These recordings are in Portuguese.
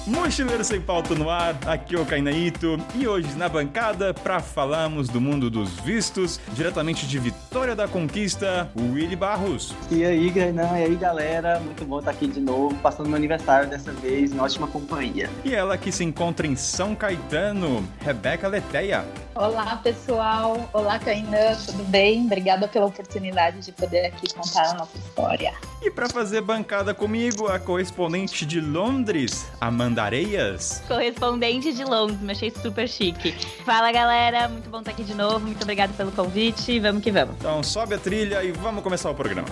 Mochileiro Sem Pauta no ar, aqui é o Kainaito e hoje na bancada pra falarmos do mundo dos vistos, diretamente de Vitória da Conquista, o Willy Barros. E aí, Gainan, e aí galera, muito bom estar aqui de novo, passando meu aniversário dessa vez, em ótima companhia. E ela que se encontra em São Caetano, Rebeca Leteia. Olá pessoal, olá Kainan, tudo bem? Obrigada pela oportunidade de poder aqui contar a nossa história. E para fazer bancada comigo, a correspondente de Londres, Amanda Areias. Correspondente de Londres, me achei super chique. Fala galera, muito bom estar aqui de novo, muito obrigada pelo convite, vamos que vamos. Então sobe a trilha e vamos começar o programa.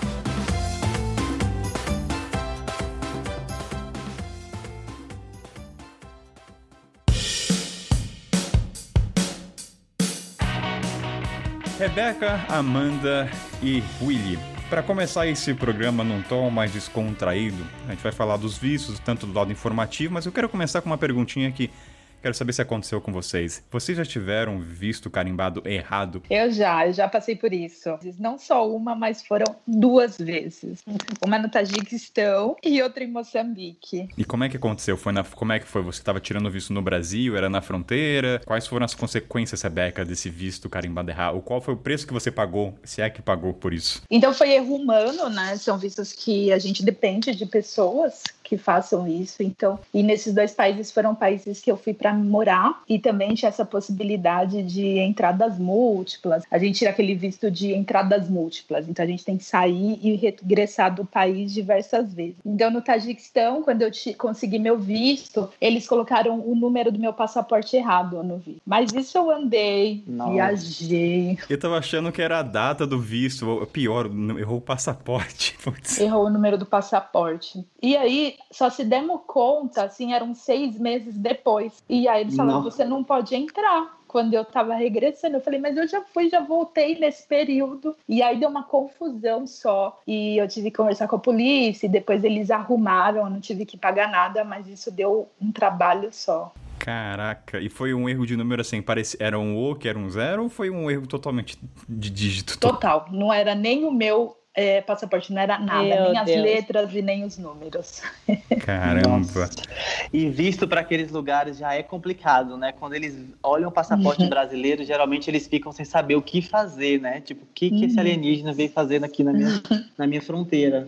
Rebeca, Amanda e Willy. Para começar esse programa num tom mais descontraído, a gente vai falar dos vistos, tanto do lado informativo, mas eu quero começar com uma perguntinha que quero saber se aconteceu com vocês. Vocês já tiveram visto carimbado errado? Eu já passei por isso. Não só uma, mas foram 2 vezes. Uma no Tajiquistão e outra em Moçambique. E como é que aconteceu? Como é que foi? Você estava tirando o visto no Brasil? Era na fronteira? Quais foram as consequências, Rebeca, desse visto carimbado errado? Ou qual foi o preço que você pagou, se é que pagou por isso? Então foi erro humano, né? São vistos que a gente depende de pessoas que façam isso. Então, e nesses 2 países foram países que eu fui para morar e também tinha essa possibilidade de entradas múltiplas. A gente tira aquele visto de entradas múltiplas, então a gente tem que sair e regressar do país diversas vezes. Então, no Tajiquistão, quando eu consegui meu visto, eles colocaram o número do meu passaporte errado no visto. Mas isso eu andei, viajei. Eu tava achando que era a data do visto, ou pior, errou o passaporte. Errou o número do passaporte. E aí, só se demos conta, assim, eram 6 meses depois. E aí eles falaram, você não pode entrar. Quando eu tava regressando, eu falei, mas eu já voltei nesse período. E aí deu uma confusão só. E eu tive que conversar com a polícia, e depois eles arrumaram, eu não tive que pagar nada, mas isso deu um trabalho só. Caraca, e foi um erro de número assim, era um O que era um 0 ou foi um erro totalmente de dígito? Total, não era nem o meu passaporte, não era nada, nem as letras e nem os números. Caramba. Nossa. E visto para aqueles lugares já é complicado, né? Quando eles olham o passaporte brasileiro, geralmente eles ficam sem saber o que fazer, né? Tipo, o que esse alienígena veio fazendo aqui na minha fronteira.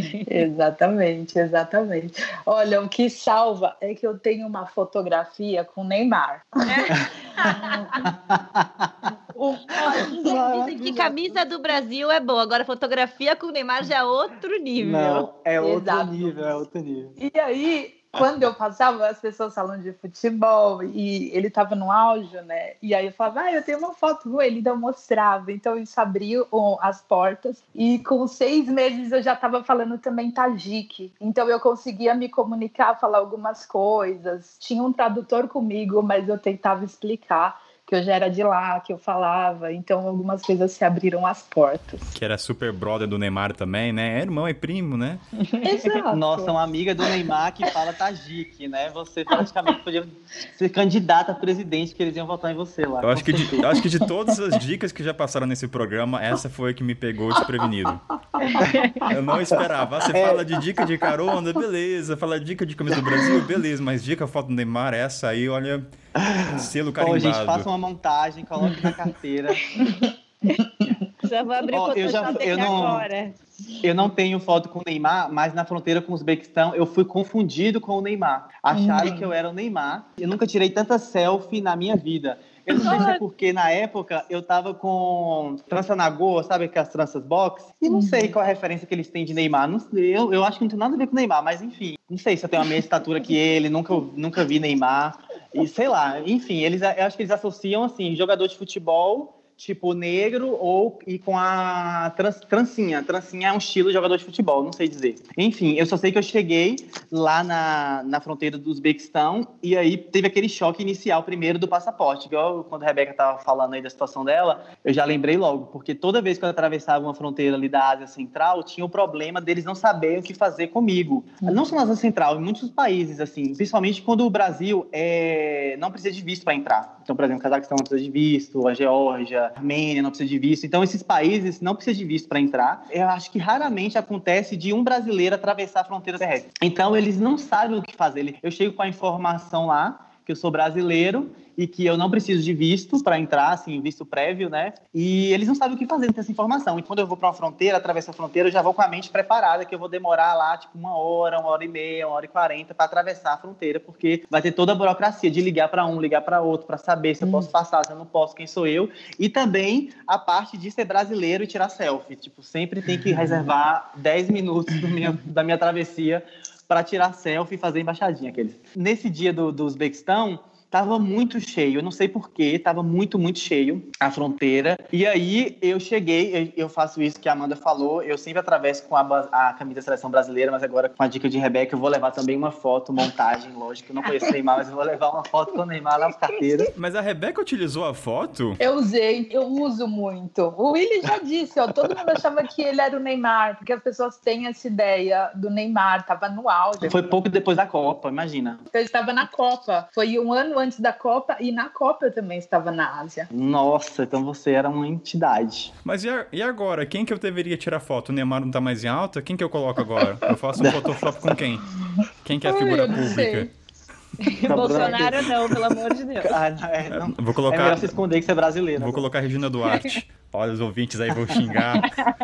Exatamente. Olha, o que salva é que eu tenho uma fotografia com o Neymar. Dizem que camisa do Brasil é boa, agora fotografia com o Neymar já é outro nível. Não, é outro Exato. nível. E aí, quando eu passava, as pessoas falam de futebol e ele tava no auge, né? E aí eu falava, eu tenho uma foto com ele, então eu mostrava. Então isso abriu as portas e com 6 meses eu já tava falando também tajique. Então eu conseguia me comunicar, falar algumas coisas. Tinha um tradutor comigo, mas eu tentava explicar que eu já era de lá, que eu falava, então algumas coisas se abriram as portas. Que era super brother do Neymar também, né? É irmão, é primo, né? Exato. Nossa, uma amiga do Neymar que fala tajique, né? Você praticamente podia ser candidata a presidente, que eles iam votar em você lá. Eu acho que de todas as dicas que já passaram nesse programa, essa foi a que me pegou desprevenido. Eu não esperava. Você fala de dica de carona, beleza. Fala de dica de camisa do Brasil, beleza. Mas dica foto do Neymar, essa aí, olha, selo carimbado. Gente, faça uma montagem, coloque na carteira. Já vou abrir o Photoshop aqui agora. Eu não tenho foto com o Neymar, mas na fronteira com o Uzbequistão eu fui confundido com o Neymar. Acharam que eu era o Neymar. Eu nunca tirei tanta selfie na minha vida. Eu não sei se é porque na época eu tava com trança na goa, sabe aquelas tranças box? E não sei qual é a referência que eles têm de Neymar. Não sei, eu acho que não tem nada a ver com o Neymar, mas enfim. Não sei se eu tenho a mesma estatura que ele, nunca vi Neymar. E sei lá, enfim, eu acho que eles associam assim, jogador de futebol tipo negro e com a trancinha. Trancinha é um estilo de jogador de futebol, não sei dizer. Enfim, eu só sei que eu cheguei lá na fronteira do Uzbequistão e aí teve aquele choque inicial primeiro do passaporte. Igual quando a Rebeca estava falando aí da situação dela, eu já lembrei logo, porque toda vez que eu atravessava uma fronteira ali da Ásia Central, tinha o problema deles não saberem o que fazer comigo. Não só na Ásia Central, em muitos países, assim, principalmente quando o Brasil não precisa de visto para entrar. Então, por exemplo, o Cazaquistão não precisa de visto, a Geórgia, Geórgia, Armênia, não precisa de visto. Então, esses países não precisam de visto para entrar. Eu acho que raramente acontece de um brasileiro atravessar a fronteira terrestre. Então, eles não sabem o que fazer. Eu chego com a informação lá, que eu sou brasileiro e que eu não preciso de visto para entrar, assim, visto prévio, né? E eles não sabem o que fazer com essa informação. E quando eu vou para uma fronteira, atravesso a fronteira, eu já vou com a mente preparada, que eu vou demorar lá, tipo, 1 hora e 40 para atravessar a fronteira, porque vai ter toda a burocracia de ligar para um, ligar para outro, para saber se eu posso passar, se eu não posso, quem sou eu. E também a parte de ser brasileiro e tirar selfie. Tipo, sempre tem que reservar 10 minutos da minha travessia para tirar selfie e fazer embaixadinha. Nesse dia do Uzbequistão, tava muito cheio, eu não sei porquê, tava muito, muito cheio a fronteira. E aí eu cheguei, eu faço isso que a Amanda falou, eu sempre atravesso com a camisa da seleção brasileira, mas agora com a dica de Rebeca eu vou levar também uma foto, montagem, lógico, eu não conheço o Neymar, mas eu vou levar uma foto com o Neymar nas carteiras. Mas a Rebeca utilizou a foto? Eu uso muito. O Willy já disse, ó, todo mundo achava que ele era o Neymar, porque as pessoas têm essa ideia do Neymar, tava no auge. Foi pouco depois da Copa, imagina. Eu estava na Copa, foi um ano antes da Copa, e na Copa eu também estava na Ásia. Nossa, então você era uma entidade. Mas e agora? Quem que eu deveria tirar foto? O Neymar não tá mais em alta? Quem que eu coloco agora? Eu faço um Photoshop com quem? Quem que é a figura pública? Bolsonaro não, pelo amor de Deus. Vou colocar... É melhor se esconder que você é brasileiro. Vou colocar Regina Duarte. Olha, os ouvintes aí vão xingar.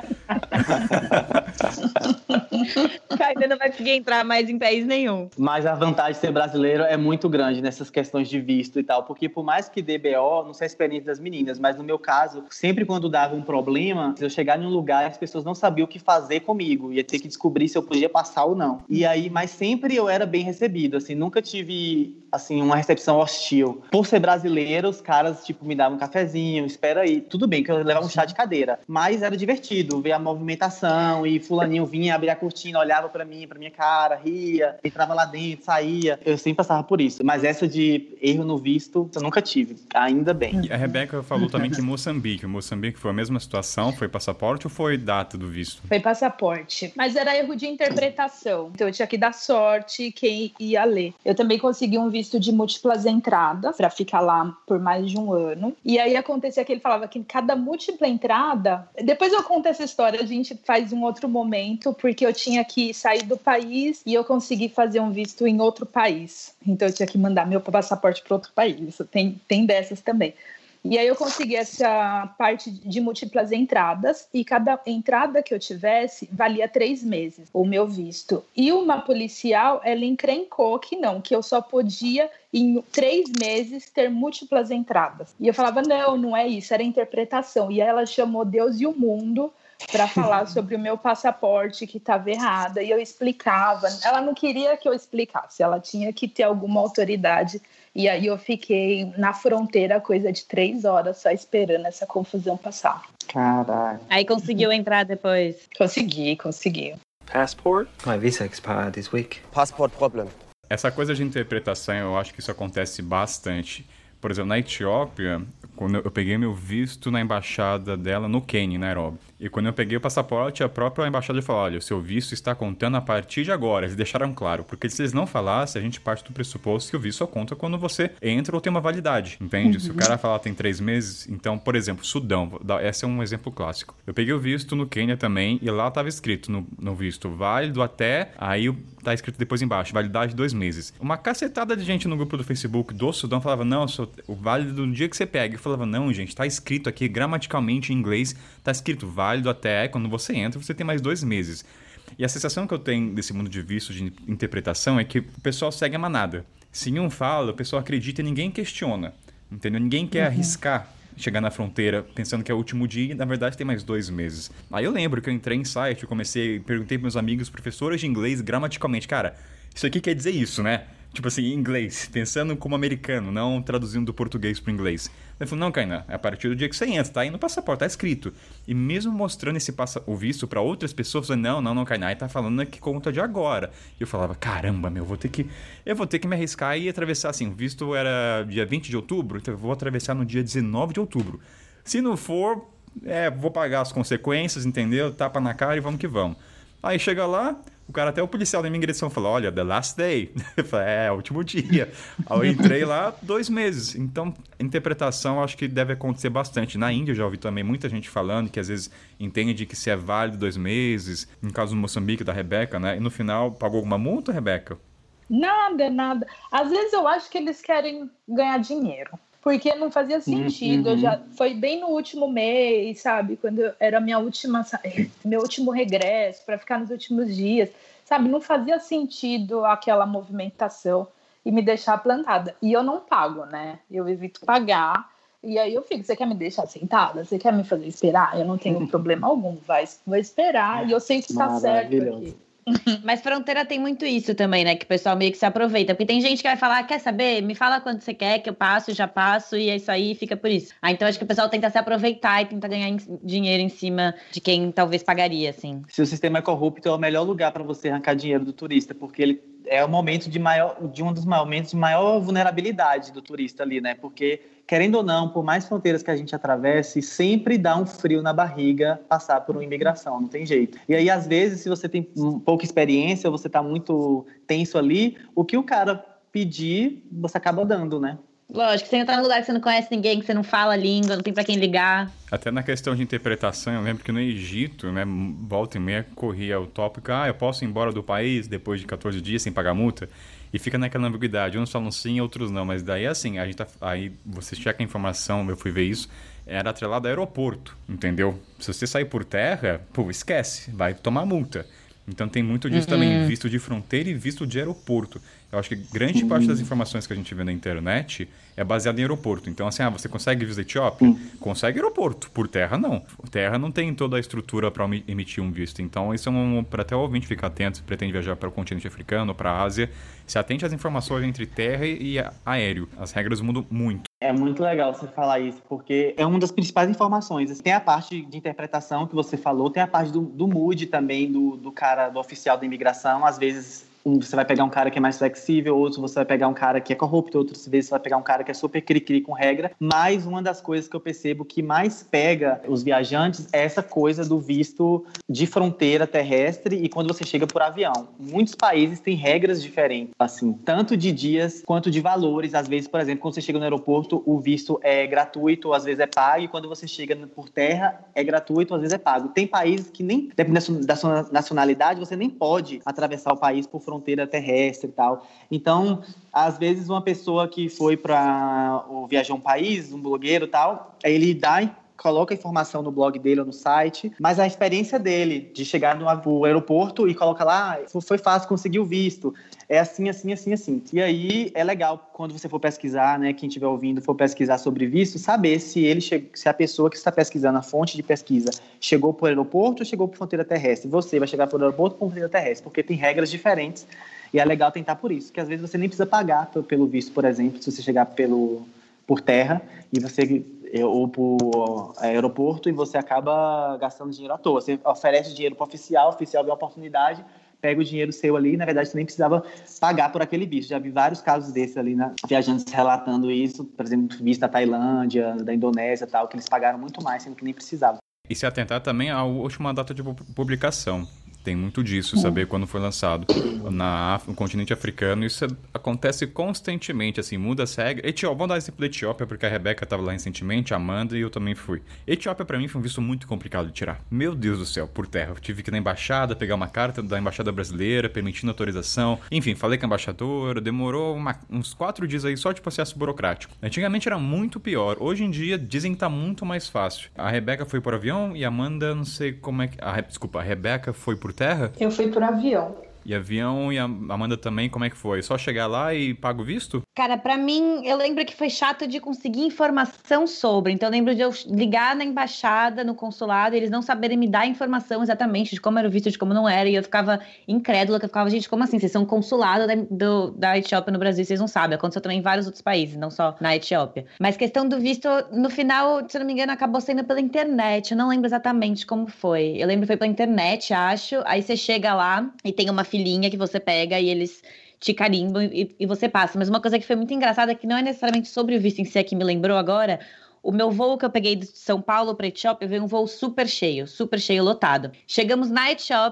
Ainda não vai conseguir entrar mais em país nenhum. Mas a vantagem de ser brasileiro é muito grande nessas questões de visto e tal, porque por mais que dê BO, não sei a experiência das meninas, mas no meu caso, sempre quando dava um problema, se eu chegar em um lugar, as pessoas não sabiam o que fazer comigo, ia ter que descobrir se eu podia passar ou não. E aí, mas sempre eu era bem recebido, assim, nunca tive, assim, uma recepção hostil. Por ser brasileiro, os caras, tipo, me davam um cafezinho, espera aí, tudo bem que eu levava um chá de cadeira, mas era divertido ver a movimentação e fulaninho vinha, abria a cortina, olhava pra mim, pra minha cara, ria, entrava lá dentro, saía. Eu sempre passava por isso. Mas essa de erro no visto, eu nunca tive. Ainda bem. E a Rebeca falou também que Moçambique foi a mesma situação? Foi passaporte ou foi data do visto? Foi passaporte. Mas era erro de interpretação. Então eu tinha que dar sorte quem ia ler. Eu também consegui um visto de múltiplas entradas pra ficar lá por mais de um ano. E aí acontecia que ele falava que cada múltipla entrada... Depois eu conto essa história, a gente faz um outro momento, porque eu tinha que sair do país e eu consegui fazer um visto em outro país. Então eu tinha que mandar meu passaporte para outro país. Isso tem dessas também. E aí eu consegui essa parte de múltiplas entradas e cada entrada que eu tivesse valia 3 meses, o meu visto. E uma policial, ela encrencou que eu só podia em 3 meses ter múltiplas entradas. E eu falava, não é isso, era interpretação. E aí ela chamou Deus e o mundo para falar sobre o meu passaporte que estava errada, e eu explicava. Ela não queria que eu explicasse, ela tinha que ter alguma autoridade, e aí eu fiquei na fronteira coisa de 3 horas só esperando essa confusão passar. Caralho. Aí conseguiu entrar depois? Consegui. Passport? My visa expired this week. Passport problem. Essa coisa de interpretação, eu acho que isso acontece bastante. Por exemplo, na Etiópia, quando eu peguei meu visto na embaixada dela no Quênia, em Nairobi. E quando eu peguei o passaporte, a própria embaixada falou, olha, o seu visto está contando a partir de agora. Eles deixaram claro, porque se eles não falassem, a gente parte do pressuposto que o visto só conta quando você entra ou tem uma validade, entende? Se o cara falar tem 3 meses, então, por exemplo, Sudão, esse é um exemplo clássico. Eu peguei o visto no Quênia também, e lá estava escrito no visto, válido até, aí tá escrito depois embaixo, validade 2 meses. Uma cacetada de gente no grupo do Facebook do Sudão falava, não, o válido no dia que você pega. Eu falava, não, gente, tá escrito aqui, gramaticalmente em inglês, tá escrito válido até, quando você entra, você tem mais 2 meses. E a sensação que eu tenho desse mundo de visto, de interpretação, é que o pessoal segue a manada. Se um fala, o pessoal acredita e ninguém questiona, entendeu? Ninguém quer arriscar chegar na fronteira pensando que é o último dia e, na verdade, tem mais 2 meses. Aí eu lembro que eu entrei em site, perguntei para meus amigos, professores de inglês, gramaticalmente, cara, isso aqui quer dizer isso, né? Tipo assim, em inglês, pensando como americano, não traduzindo do português para o inglês. Ele falou, não, Kainan, é a partir do dia que você entra, tá aí no passaporte, tá escrito. E mesmo mostrando o visto para outras pessoas, eu falei, não, Kainan, aí tá falando que conta de agora. E eu falava, caramba, eu vou ter que me arriscar e atravessar, assim, o visto era dia 20 de outubro, então eu vou atravessar no dia 19 de outubro. Se não for, vou pagar as consequências, entendeu? Tapa na cara e vamos que vamos. Aí chega lá, O cara, até o policial da imigração falou, olha, the last day. Eu falei, o último dia. Aí eu entrei lá 2 meses. Então, interpretação acho que deve acontecer bastante. Na Índia eu já ouvi também muita gente falando que às vezes entende que se é válido 2 meses. No caso do Moçambique, da Rebeca, né? E no final, pagou alguma multa, Rebeca? Nada. Às vezes eu acho que eles querem ganhar dinheiro. Porque não fazia sentido. Foi bem no último mês, sabe? Quando era meu último regresso, para ficar nos últimos dias. Sabe? Não fazia sentido aquela movimentação e me deixar plantada. E eu não pago, né? Eu evito pagar. E aí eu fico, você quer me deixar sentada? Você quer me fazer esperar? Eu não tenho problema algum. Vou esperar e eu sei que tá certo aqui. Mas fronteira tem muito isso também, né? Que o pessoal meio que se aproveita. Porque tem gente que vai falar, quer saber? Me fala quando você quer, que eu passo, já passo. E é isso aí, fica por isso. Então acho que o pessoal tenta se aproveitar e tenta ganhar dinheiro em cima de quem talvez pagaria, assim. Se o sistema é corrupto, é o melhor lugar para você arrancar dinheiro do turista. Porque ele é o momento de um dos momentos de maior vulnerabilidade do turista ali, né? Porque, querendo ou não, por mais fronteiras que a gente atravesse, sempre dá um frio na barriga passar por uma imigração, não tem jeito. E aí, às vezes, se você tem pouca experiência, ou você tá muito tenso ali, o que o cara pedir, você acaba dando, né? Lógico, você entra num lugar que você não conhece ninguém, que você não fala a língua, não tem pra quem ligar. Até na questão de interpretação, eu lembro que no Egito, né, volta e meia corria o tópico, eu posso ir embora do país depois de 14 dias sem pagar multa? E fica naquela ambiguidade, uns falam sim, outros não, mas daí assim, aí você checa a informação, eu fui ver isso, era atrelado ao aeroporto, entendeu? Se você sair por terra, esquece, vai tomar multa. Então tem muito disso também, visto de fronteira e visto de aeroporto. Eu acho que grande parte das informações que a gente vê na internet é baseada em aeroporto. Então, assim, você consegue visto da Etiópia? Consegue aeroporto. Por terra, não. Terra não tem toda a estrutura para emitir um visto. Então, isso é para até o ouvinte ficar atento, se pretende viajar para o continente africano ou para a Ásia. Se atente às informações entre terra e aéreo. As regras mudam muito. É muito legal você falar isso, porque é uma das principais informações. Tem a parte de interpretação que você falou, tem a parte do mood também, do cara, do oficial da imigração. Às vezes você vai pegar um cara que é mais flexível, outro você vai pegar um cara que é corrupto, outras vezes você vai pegar um cara que é super cri-cri com regra. Mas uma das coisas que eu percebo que mais pega os viajantes é essa coisa do visto de fronteira terrestre e quando você chega por avião. Muitos países têm regras diferentes, assim, tanto de dias quanto de valores. Às vezes, por exemplo, quando você chega no aeroporto, o visto é gratuito, às vezes é pago, e quando você chega por terra, é gratuito, às vezes é pago. Tem países que nem, dependendo da sua nacionalidade, você nem pode atravessar o país por fronteira terrestre e tal. Então, às vezes, uma pessoa que foi para viajar um país, um blogueiro e tal, ele coloca a informação no blog dele ou no site, mas a experiência dele de chegar no aeroporto e coloca lá, foi fácil, conseguir o visto, é assim, assim, assim, assim. E aí é legal, quando você for pesquisar, né, quem estiver ouvindo for pesquisar sobre visto, saber se a pessoa que está pesquisando, a fonte de pesquisa, chegou por aeroporto ou chegou por fronteira terrestre. Você vai chegar por aeroporto ou por fronteira terrestre, porque tem regras diferentes e é legal tentar por isso, que às vezes você nem precisa pagar pelo visto, por exemplo, se você chegar por terra ou por aeroporto e você acaba gastando dinheiro à toa. Você oferece dinheiro para o oficial vê a oportunidade, pega o dinheiro seu ali, na verdade você nem precisava pagar por aquele visto. Já vi vários casos desses ali, né? Viajantes relatando isso, por exemplo, visto da Tailândia, da Indonésia e tal, que eles pagaram muito mais, sendo que nem precisavam. E se atentar também à última data de publicação. Tem muito disso, saber quando foi lançado. No continente africano, isso acontece constantemente, assim, muda as regras. Vamos dar exemplo da Etiópia, porque a Rebeca estava lá recentemente, a Amanda e eu também fui. Etiópia, pra mim, foi um visto muito complicado de tirar. Meu Deus do céu, por terra. Eu tive que ir na embaixada, pegar uma carta da embaixada brasileira, permitindo autorização. Enfim, falei com a embaixadora, demorou uns 4 dias aí só de processo burocrático. Antigamente era muito pior. Hoje em dia, dizem que tá muito mais fácil. A Rebeca foi por avião e a Amanda, não sei como é que... Desculpa, a Rebeca foi por terra? Eu fui por avião. E avião, e a Amanda também, como é que foi? Só chegar lá e paga o visto? Cara, pra mim, eu lembro que foi chato de conseguir informação sobre. Então, eu lembro de eu ligar na embaixada, no consulado, e eles não saberem me dar informação exatamente de como era o visto, de como não era. E eu ficava incrédula, que eu ficava, gente, como assim? Vocês são consulado da Etiópia no Brasil, vocês não sabem. Aconteceu também em vários outros países, não só na Etiópia. Mas questão do visto, no final, se eu não me engano, acabou sendo pela internet. Eu não lembro exatamente como foi. Eu lembro que foi pela internet, acho. Aí você chega lá e tem uma filhinha que você pega e eles te carimbam e você passa. Mas uma coisa que foi muito engraçada, que não é necessariamente sobre o visto em si, é que me lembrou agora, o meu voo que eu peguei de São Paulo para Etiópia veio um voo super cheio, lotado. Chegamos na Etiópia,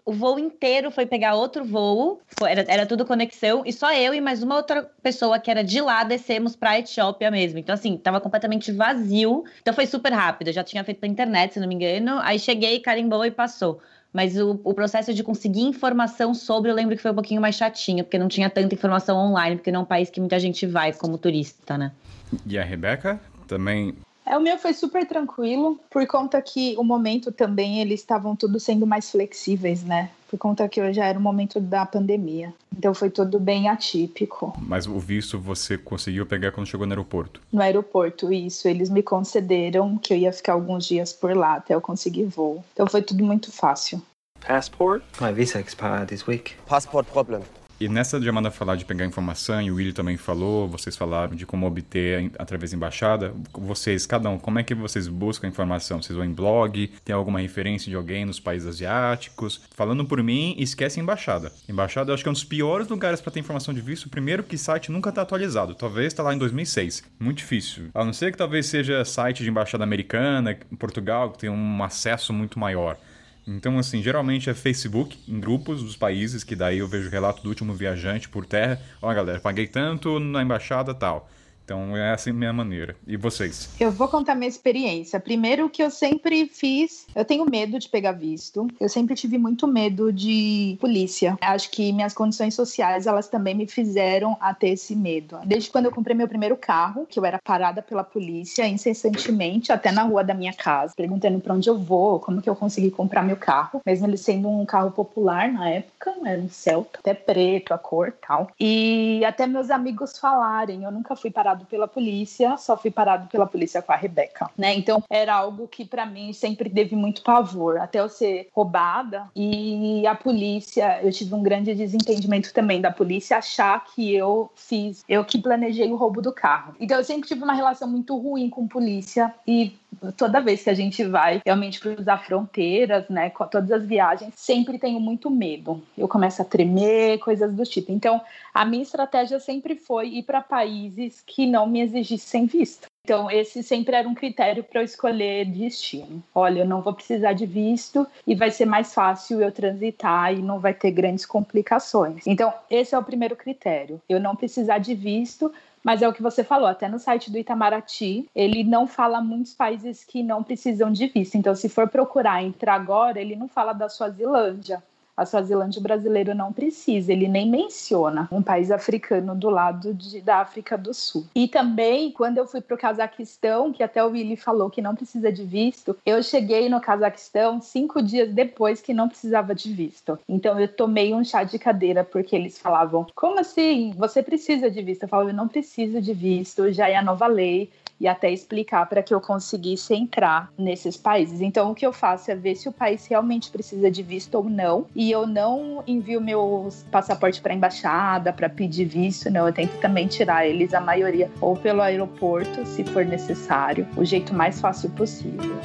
o voo inteiro foi pegar outro voo, era tudo conexão, e só eu e mais uma outra pessoa que era de lá descemos pra Etiópia mesmo. Então, assim, tava completamente vazio. Então foi super rápido. Eu já tinha feito pela internet, se não me engano. Aí cheguei, carimbou e passou. Mas o processo de conseguir informação sobre, eu lembro que foi um pouquinho mais chatinho, porque não tinha tanta informação online, porque não é um país que muita gente vai como turista, né? E a Rebeca também... O meu foi super tranquilo, por conta que o momento também, eles estavam tudo sendo mais flexíveis, né? Por conta que já era o momento da pandemia. Então foi tudo bem atípico. Mas o visto você conseguiu pegar quando chegou no aeroporto? No aeroporto, isso. Eles me concederam que eu ia ficar alguns dias por lá até eu conseguir voo. Então foi tudo muito fácil. Passport? My visa expired this week. Passport problem. E nessa de Amanda falar de pegar informação, e o Willy também falou, vocês falaram de como obter através da embaixada. Vocês, cada um, como é que vocês buscam informação? Vocês vão em blog? Tem alguma referência de alguém nos países asiáticos? Falando por mim, esquece embaixada. Embaixada eu acho que é um dos piores lugares para ter informação de visto. Primeiro que site nunca está atualizado. Talvez está lá em 2006. Muito difícil. A não ser que talvez seja site de embaixada americana, em Portugal, que tem um acesso muito maior. Então, assim, geralmente é Facebook, em grupos dos países, que daí eu vejo o relato do último viajante por terra. Ó, galera, paguei tanto na embaixada tal. Então, é assim a minha maneira. E vocês? Eu vou contar minha experiência. Primeiro, que eu sempre fiz... Eu tenho medo de pegar visto. Eu sempre tive muito medo de polícia. Acho que minhas condições sociais, elas também me fizeram a ter esse medo. Desde quando eu comprei meu primeiro carro, que eu era parada pela polícia incessantemente, até na rua da minha casa, perguntando pra onde eu vou, como que eu consegui comprar meu carro. Mesmo ele sendo um carro popular na época, era um Celta, até preto, a cor e tal. E até meus amigos falarem, eu nunca fui parada pela polícia, só fui parado pela polícia com a Rebeca, né? Então era algo que pra mim sempre teve muito pavor, até eu ser roubada. E a polícia, eu tive um grande desentendimento também da polícia achar que eu que planejei o roubo do carro. Então eu sempre tive uma relação muito ruim com polícia, e toda vez que a gente vai realmente cruzar fronteiras, né, com todas as viagens, sempre tenho muito medo. Eu começo a tremer, coisas do tipo. Então, a minha estratégia sempre foi ir para países que não me exigissem visto. Então, esse sempre era um critério para eu escolher destino. Olha, eu não vou precisar de visto e vai ser mais fácil eu transitar e não vai ter grandes complicações. Então, esse é o primeiro critério. Eu não precisar de visto, mas é o que você falou, até no site do Itamaraty, ele não fala muitos países que não precisam de visto. Então, se for procurar entrar agora, ele não fala da Suazilândia. A Suazilândia, o brasileiro não precisa, ele nem menciona um país africano do lado da África do Sul. E também, quando eu fui para o Cazaquistão, que até o Willy falou que não precisa de visto, eu cheguei no Cazaquistão 5 dias depois que não precisava de visto. Então eu tomei um chá de cadeira, porque eles falavam, como assim? Você precisa de visto? Eu falava, eu não preciso de visto, já é a nova lei. E até explicar para que eu conseguisse entrar nesses países. Então, o que eu faço é ver se o país realmente precisa de visto ou não. E eu não envio meu passaporte para a embaixada para pedir visto, não. Eu tento também tirar eles, a maioria, ou pelo aeroporto, se for necessário. O jeito mais fácil possível.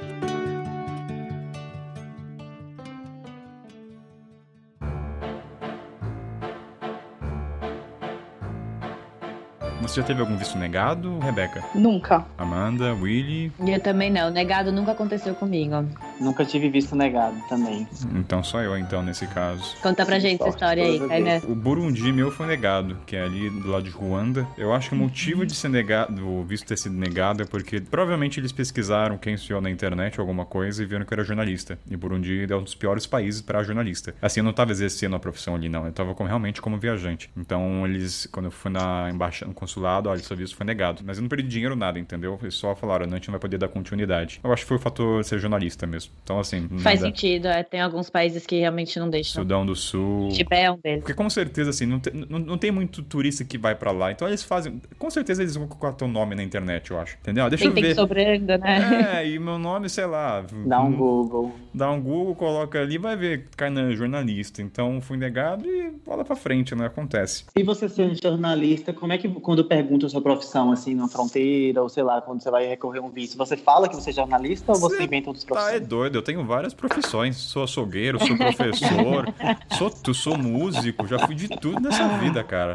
Você já teve algum visto negado, Rebeca? Nunca. Amanda, Willy? Eu também não. Negado nunca aconteceu comigo. Nunca tive visto negado também. Então só eu, então, nesse caso. Conta pra gente essa história aí, Kainan. O Burundi meu foi negado, que é ali do lado de Ruanda. Eu acho que o motivo de ser negado, o visto ter sido negado, é porque provavelmente eles pesquisaram quem ensinou na internet alguma coisa e viram que eu era jornalista. E Burundi é um dos piores países para jornalista. Assim, eu não tava exercendo a profissão ali, não. Eu tava realmente como viajante. Então, eles, quando eu fui na embaixada, no consulado, olha, seu visto foi negado. Mas eu não perdi dinheiro, nada, entendeu? Eles só falaram, não, a gente não vai poder dar continuidade. Eu acho que foi o fator de ser jornalista mesmo. Então, assim... Faz sentido, tem alguns países que realmente não deixam. Sudão do Sul... Tibete é um deles. Porque com certeza, assim, não tem muito turista que vai pra lá. Então eles fazem... Com certeza eles vão colocar teu nome na internet, eu acho. Entendeu? Deixa eu ver. Tem sobrando, né? E meu nome, sei lá... Dá um Google. Dá um Google, coloca ali, vai ver, cai na jornalista. Então fui negado e bola pra frente, né? Acontece. E você sendo jornalista, como é que quando perguntam a sua profissão, assim, na fronteira, ou sei lá, quando você vai recorrer a um visto, você fala que você é jornalista ou você inventa outras profissões? É doido, eu tenho várias profissões. Sou açougueiro, sou professor, sou músico, já fui de tudo nessa vida, cara.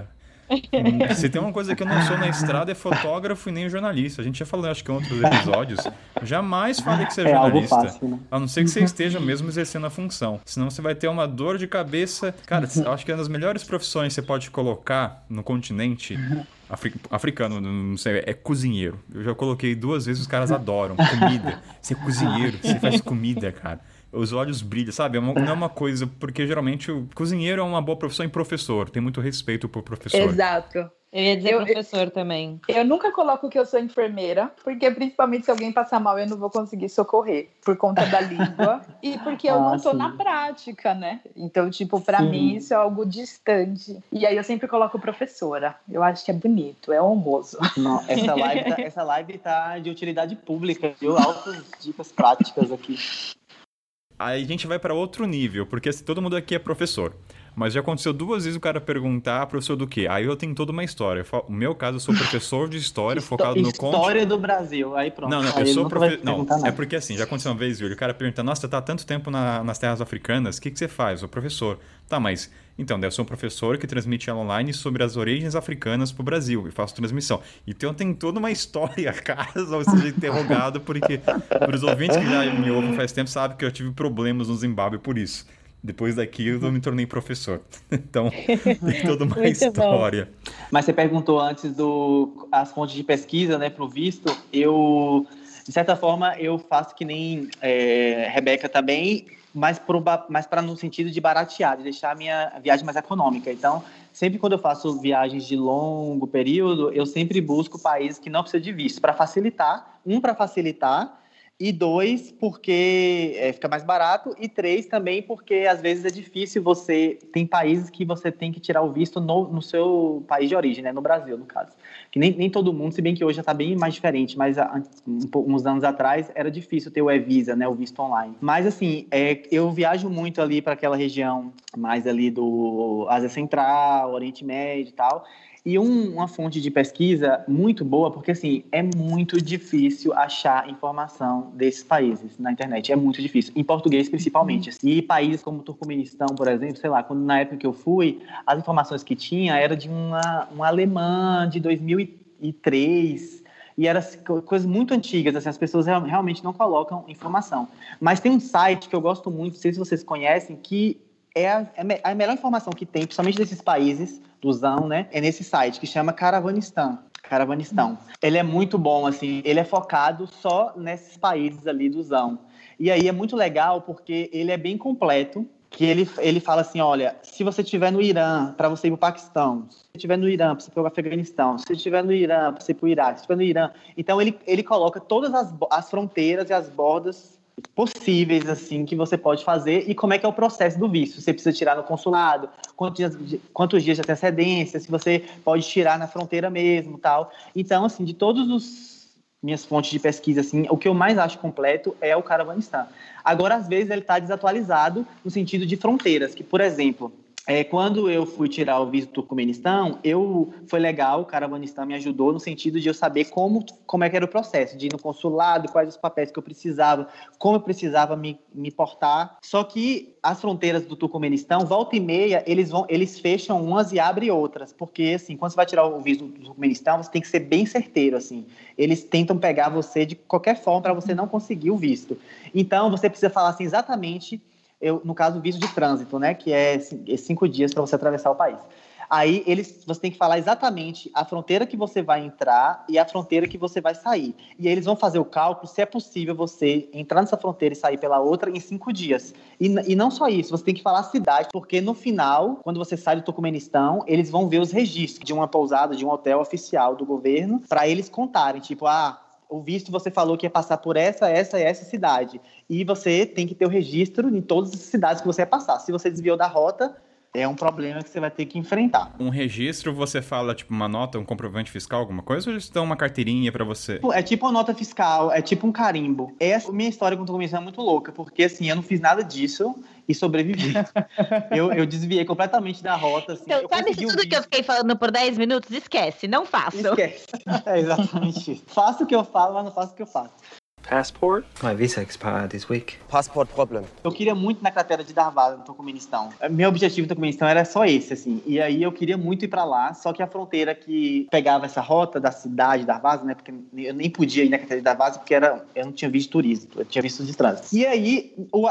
Se tem uma coisa que eu não sou na estrada, é fotógrafo e nem jornalista. A gente já falou, acho que em outros episódios. Jamais fale que você é jornalista. Algo fácil, né? A não ser que você esteja mesmo exercendo a função. Senão você vai ter uma dor de cabeça. Cara, eu acho que é uma das melhores profissões que você pode colocar no continente africano, não sei, é cozinheiro. Eu já coloquei 2 vezes, os caras adoram. Comida. Você é cozinheiro, você faz comida, cara. Os olhos brilham, sabe? Não é uma coisa... Porque geralmente o cozinheiro é uma boa profissão e professor. Tem muito respeito por professor. Exato. Eu ia dizer professor também. Eu nunca coloco que eu sou enfermeira, porque principalmente se alguém passar mal, eu não vou conseguir socorrer por conta da língua e porque eu não tô na prática, né? Então, tipo, pra mim isso é algo distante. E aí eu sempre coloco professora. Eu acho que é bonito, é honroso. Não, essa live tá de utilidade pública, viu? Altas dicas práticas aqui. Aí a gente vai para outro nível, porque assim, todo mundo aqui é professor. Mas já aconteceu 2 vezes o cara perguntar, professor do quê? Aí eu tenho toda uma história. No meu caso, eu sou professor de história, focado no conto. História do Brasil, aí pronto. Não, aí eu sou professor. Não, é porque assim, já aconteceu uma vez, Júlio, o cara pergunta, nossa, você tá há tanto tempo nas terras africanas, o que você faz? Eu sou professor. Tá, mas... Então, eu sou um professor que transmite online sobre as origens africanas pro Brasil e faço transmissão. Então tem toda uma história, caso eu seja interrogado, porque os ouvintes que já me ouvem faz tempo sabem que eu tive problemas no Zimbábue por isso. Depois daquilo eu me tornei professor. Então, tem toda uma história. Mas você perguntou antes as fontes de pesquisa, né, pro visto. Eu, de certa forma, eu faço que nem Rebeca também, mas para no sentido de baratear, de deixar a minha viagem mais econômica. Então, sempre quando eu faço viagens de longo período, eu sempre busco países que não precisam de visto, para facilitar. Para facilitar, e 2, porque fica mais barato, e 3, também porque às vezes é difícil tem países que você tem que tirar o visto no seu país de origem, né? No Brasil, no caso. Que nem todo mundo, se bem que hoje já está bem mais diferente, mas uns anos atrás era difícil ter o e-visa, né? O visto online. Mas assim, eu viajo muito ali para aquela região mais ali do Ásia Central, Oriente Médio e tal. E uma fonte de pesquisa muito boa, porque assim, é muito difícil achar informação desses países na internet. É muito difícil, em português principalmente. E países como o Turcomenistão, por exemplo, sei lá, na época que eu fui, as informações que tinha era de uma alemã de 2003, e eram coisas muito antigas, assim, as pessoas realmente não colocam informação. Mas tem um site que eu gosto muito, não sei se vocês conhecem, que é a melhor informação que tem, principalmente desses países do Zão, né? É nesse site que chama Caravanistan. Ele é muito bom, assim, ele é focado só nesses países ali do Zão. E aí é muito legal porque ele é bem completo, que ele fala assim, olha, se você estiver no Irã, para você ir para o Paquistão, se você estiver no Irã, para você ir para o Afeganistão, se você estiver no Irã, para você ir para o Iraque, se você estiver no Irã. Então ele coloca todas as fronteiras e as bordas possíveis, assim, que você pode fazer e como é que é o processo do visto. Você precisa tirar no consulado, quantos dias de antecedência, se você pode tirar na fronteira mesmo, tal. Então, assim, de todas as minhas fontes de pesquisa, assim, o que eu mais acho completo é o Caravanistan. Agora, às vezes, ele está desatualizado no sentido de fronteiras, que, por exemplo... quando eu fui tirar o visto do Turcomenistão, foi legal, o Caravanistan me ajudou no sentido de eu saber como é que era o processo, de ir no consulado, quais os papéis que eu precisava, como eu precisava me portar. Só que as fronteiras do Turcomenistão, volta e meia, eles fecham umas e abrem outras, porque assim, quando você vai tirar o visto do Turcomenistão, você tem que ser bem certeiro, assim. Eles tentam pegar você de qualquer forma para você não conseguir o visto. Então, você precisa falar assim exatamente... no caso, o visto de trânsito, né, que é 5 dias para você atravessar o país. Aí, você tem que falar exatamente a fronteira que você vai entrar e a fronteira que você vai sair. E aí, eles vão fazer o cálculo se é possível você entrar nessa fronteira e sair pela outra em 5 dias. E não só isso, você tem que falar a cidade, porque no final, quando você sai do Turcomenistão, eles vão ver os registros de uma pousada, de um hotel oficial do governo, para eles contarem, tipo, o visto você falou que ia passar por essa e essa cidade. E você tem que ter o registro em todas as cidades que você vai passar. Se você desviou da rota, é um problema que você vai ter que enfrentar. Um registro, você fala, tipo, uma nota, um comprovante fiscal, alguma coisa? Ou eles dão uma carteirinha pra você? É tipo uma nota fiscal, é tipo um carimbo. Essa minha história com o Turcomenistão é muito louca, porque, assim, eu não fiz nada disso e sobrevivi. eu desviei completamente da rota. Assim, então, sabe isso tudo que eu fiquei falando por 10 minutos? Esquece, não faço. Esquece. É exatamente isso. Faço o que eu falo, mas não faço o que eu faço. Passport? My visa expired this week. Passport problem. Eu queria muito ir na cratera de Darvaza, no Turcomenistão. Meu objetivo no Turcomenistão era só esse, assim. E aí eu queria muito ir pra lá, só que a fronteira que pegava essa rota da cidade de Darvaza, né? Porque eu nem podia ir na cratera de Darvaza porque eu não tinha visto turismo, eu tinha visto de trânsito. E aí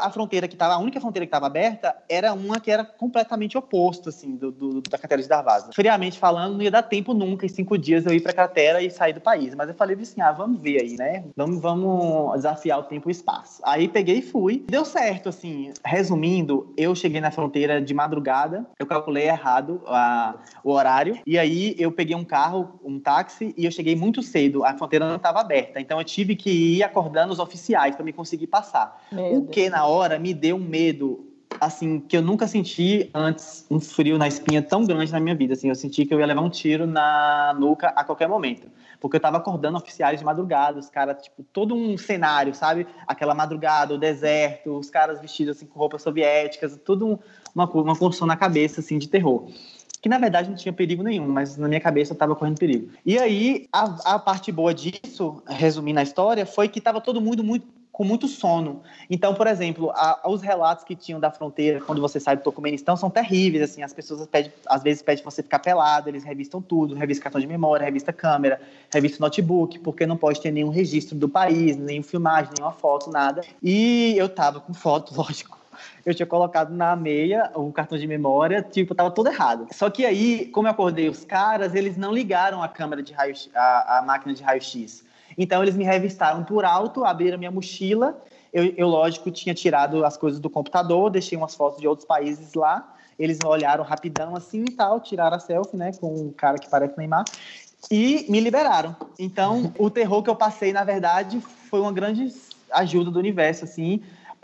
a única fronteira que estava aberta era uma que era completamente oposto, assim, da cratera de Darvaza. Friamente falando, não ia dar tempo nunca, em 5 dias, eu ir pra cratera e sair do país. Mas eu falei assim, vamos ver aí, né? Vamos desafiar o tempo e o espaço. Aí peguei e fui. Deu certo, assim. Resumindo, eu cheguei na fronteira de madrugada, eu calculei errado o horário, e aí eu peguei um carro, um táxi, e eu cheguei muito cedo. A fronteira não estava aberta, então eu tive que ir acordando os oficiais para me conseguir passar. O que na hora me deu um medo, assim, que eu nunca senti antes, um frio na espinha tão grande na minha vida, assim. Eu senti que eu ia levar um tiro na nuca a qualquer momento. Porque eu tava acordando oficiais de madrugada, os caras, tipo, todo um cenário, sabe? Aquela madrugada, o deserto, os caras vestidos, assim, com roupas soviéticas, tudo uma construção na cabeça, assim, de terror. Que, na verdade, não tinha perigo nenhum, mas na minha cabeça eu tava correndo perigo. E aí, a parte boa disso, resumindo a história, foi que tava todo mundo com muito sono. Então, por exemplo, os relatos que tinham da fronteira, quando você sai do Turcomenistão, são terríveis, assim, as pessoas às vezes pedem pra você ficar pelado, eles revistam tudo, revistam cartão de memória, revistam câmera, revistam notebook, porque não pode ter nenhum registro do país, nem filmagem, nenhuma foto, nada. E eu tava com foto, lógico. Eu tinha colocado na meia o cartão de memória, tipo, tava todo errado. Só que aí, como eu acordei os caras, eles não ligaram a câmera de raio-x, a máquina de raio-x. Então, eles me revistaram por alto, abriram minha mochila. Eu, lógico, tinha tirado as coisas do computador, deixei umas fotos de outros países lá. Eles olharam rapidão assim e tal, tiraram a selfie, né, com um cara que parece Neymar, e me liberaram. Então, o terror que eu passei, na verdade, foi uma grande ajuda do universo, assim,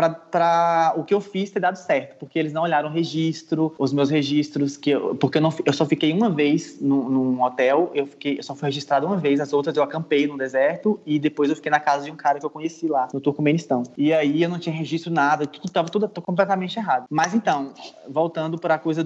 para o que eu fiz ter dado certo, porque eles não olharam o registro, os meus registros, porque eu só fiquei uma vez num hotel, eu só fui registrado uma vez, as outras eu acampei no deserto e depois eu fiquei na casa de um cara que eu conheci lá, no Turcomenistão. E aí eu não tinha registro nada, tudo completamente errado. Mas então, voltando para a coisa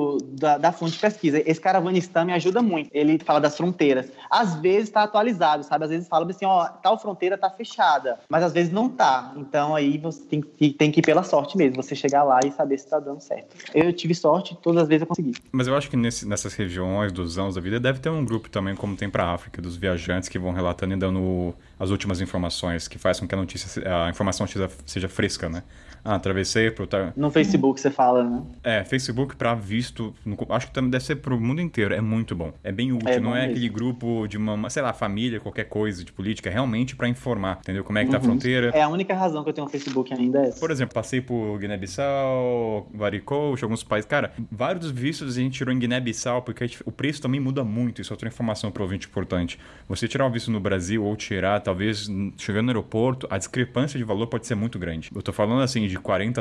da fonte de pesquisa, esse Caravanistã me ajuda muito, ele fala das fronteiras. Às vezes está atualizado, sabe? Às vezes fala assim, tal fronteira está fechada, mas às vezes não tá. Então aí você tem que ir pela sorte mesmo, você chegar lá e saber se tá dando certo. Eu tive sorte, todas as vezes eu consegui. Mas eu acho que nessas regiões dos anos da vida deve ter um grupo também, como tem pra África, dos viajantes que vão relatando e dando as últimas informações, que faz com que a informação seja fresca, né? Atravessei pro... No Facebook você fala, né? Facebook pra visto, acho que também deve ser pro mundo inteiro, é muito bom. É bem útil, não é aquele grupo de uma, sei lá, família, qualquer coisa de política, é realmente pra informar, entendeu? Como é que tá a fronteira. É a única razão que eu tenho um Facebook ainda é essa. Por exemplo, passei por Guiné-Bissau, Baricoche, alguns países. Cara, vários vistos a gente tirou em Guiné-Bissau, porque o preço também muda muito, isso é outra informação pro ouvinte importante. Você tirar um visto no Brasil ou tirar, talvez, chegando no aeroporto, a discrepância de valor pode ser muito grande. Eu tô falando assim de $40,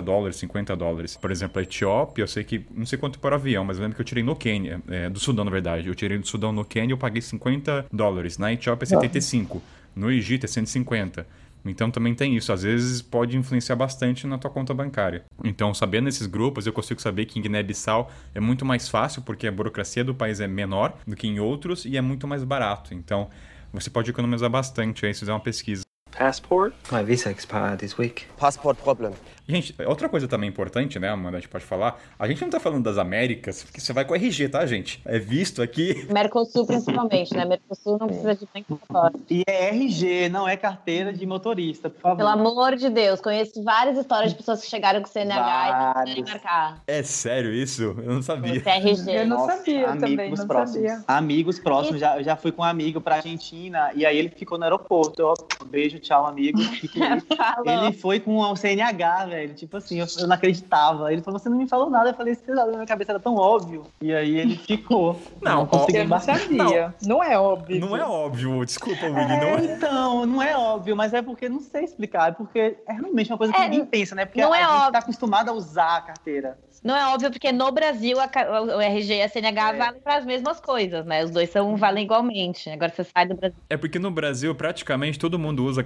$50. Por exemplo, a Etiópia, eu sei que, não sei quanto por avião, mas eu lembro que eu tirei no Quênia, do Sudão, na verdade. Eu tirei do Sudão no Quênia e eu paguei $50. Na Etiópia, 75. No Egito, é 150. Então também tem isso, às vezes pode influenciar bastante na tua conta bancária. Então, sabendo esses grupos, eu consigo saber que em Guiné-Bissau é muito mais fácil, porque a burocracia do país é menor do que em outros e é muito mais barato. Então, você pode economizar bastante aí se fizer uma pesquisa. Passport? My visa expired this week. Passport problem. Gente, outra coisa também importante, né, Amanda, a gente pode falar, a gente não tá falando das Américas, porque você vai com RG, tá, gente? É visto aqui... Mercosul, principalmente, né? Mercosul não precisa de nem passaporte. E é RG, não é carteira de motorista, por favor. Pelo amor de Deus, conheço várias histórias de pessoas que chegaram com CNH e não quiserem marcar. É sério isso? Eu não sabia. Esse RG. Eu não sabia também, não sabia. Amigos próximos, eu já fui com um amigo pra Argentina, e aí ele ficou no aeroporto. Beijo, tchau, amigo. Ele foi com o CNH, velho. Tipo assim, eu não acreditava. Ele falou, você não me falou nada. Eu falei, na minha cabeça era tão óbvio. E aí ele ficou. Não consegui eu não sabia. Não é óbvio. Não é óbvio, desculpa, Willy. Então, não é óbvio, mas é porque não sei explicar. É porque é realmente uma coisa que ninguém pensa, né? Porque não a gente óbvio. tá acostumado a usar a carteira. Não é óbvio, porque no Brasil o RG e a CNH valem para as mesmas coisas, né? Os dois valem igualmente. Agora você sai do Brasil. É porque no Brasil, praticamente, todo mundo usa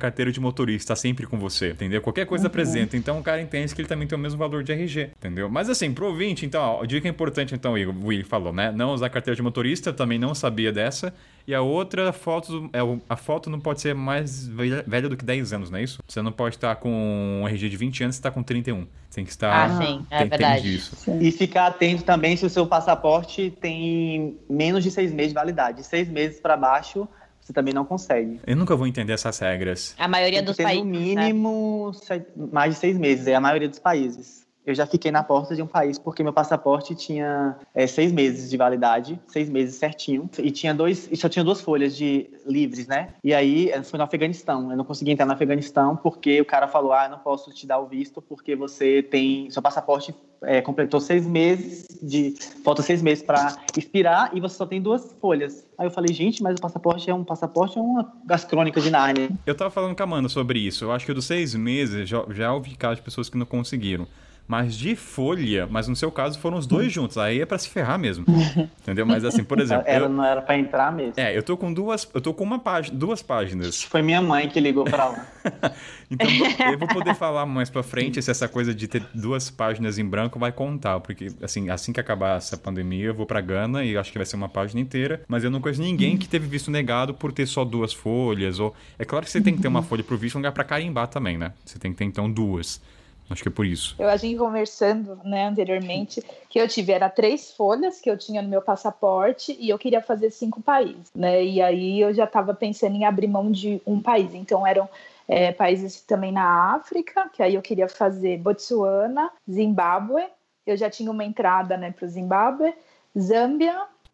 carteira de motorista sempre com você, entendeu? Qualquer coisa apresenta. Então o cara entende que ele também tem o mesmo valor de RG, entendeu? Mas assim, pro ouvinte, então, ó, dica importante, então, o Willi falou, né? Não usar carteira de motorista, também não sabia dessa. E a outra, a foto não pode ser mais velha do que 10 anos, não é isso? Você não pode estar com um RG de 20 anos e estar com 31. Tem que estar... sim, é verdade. Isso. E ficar atento também se o seu passaporte tem menos de 6 meses de validade. 6 meses para baixo, você também não consegue. Eu nunca vou entender essas regras. A maioria dos países, no mínimo, mais de 6 meses. É a maioria dos países. Eu já fiquei na porta de um país porque meu passaporte tinha 6 meses de validade, 6 meses certinho, e só tinha 2 folhas livres, né? E aí foi no Afeganistão. Eu não consegui entrar no Afeganistão porque o cara falou: eu não posso te dar o visto porque você tem seu passaporte completou 6 meses falta 6 meses para expirar e você só tem 2 folhas. Aí eu falei: gente, mas o passaporte é uma das crônicas de Nárnia. Eu tava falando com a Amanda sobre isso. Eu acho que dos 6 meses já ouvi casos de pessoas que não conseguiram. Mas de folha, mas no seu caso foram os 2 juntos, aí é pra se ferrar mesmo, entendeu? Mas assim, por exemplo... Não era pra entrar mesmo. Eu tô com 2 páginas, 2 páginas. Foi minha mãe que ligou pra lá. Então eu vou poder falar mais pra frente se essa coisa de ter 2 páginas em branco vai contar, porque assim que acabar essa pandemia eu vou pra Gana e acho que vai ser uma página inteira, mas eu não conheço ninguém que teve visto negado por ter só 2 folhas, ou... É claro que você tem que ter uma folha pro visto, um lugar pra carimbar também, né? Você tem que ter então 2. Acho que é por isso. A gente conversando, né, anteriormente, que eu tive, era 3 folhas que eu tinha no meu passaporte e eu queria fazer 5 países, né? E aí eu já estava pensando em abrir mão de um país. Então eram países também na África, que aí eu queria fazer Botsuana, Zimbábue. Eu já tinha uma entrada, né, para o Zimbábue, Zâmbia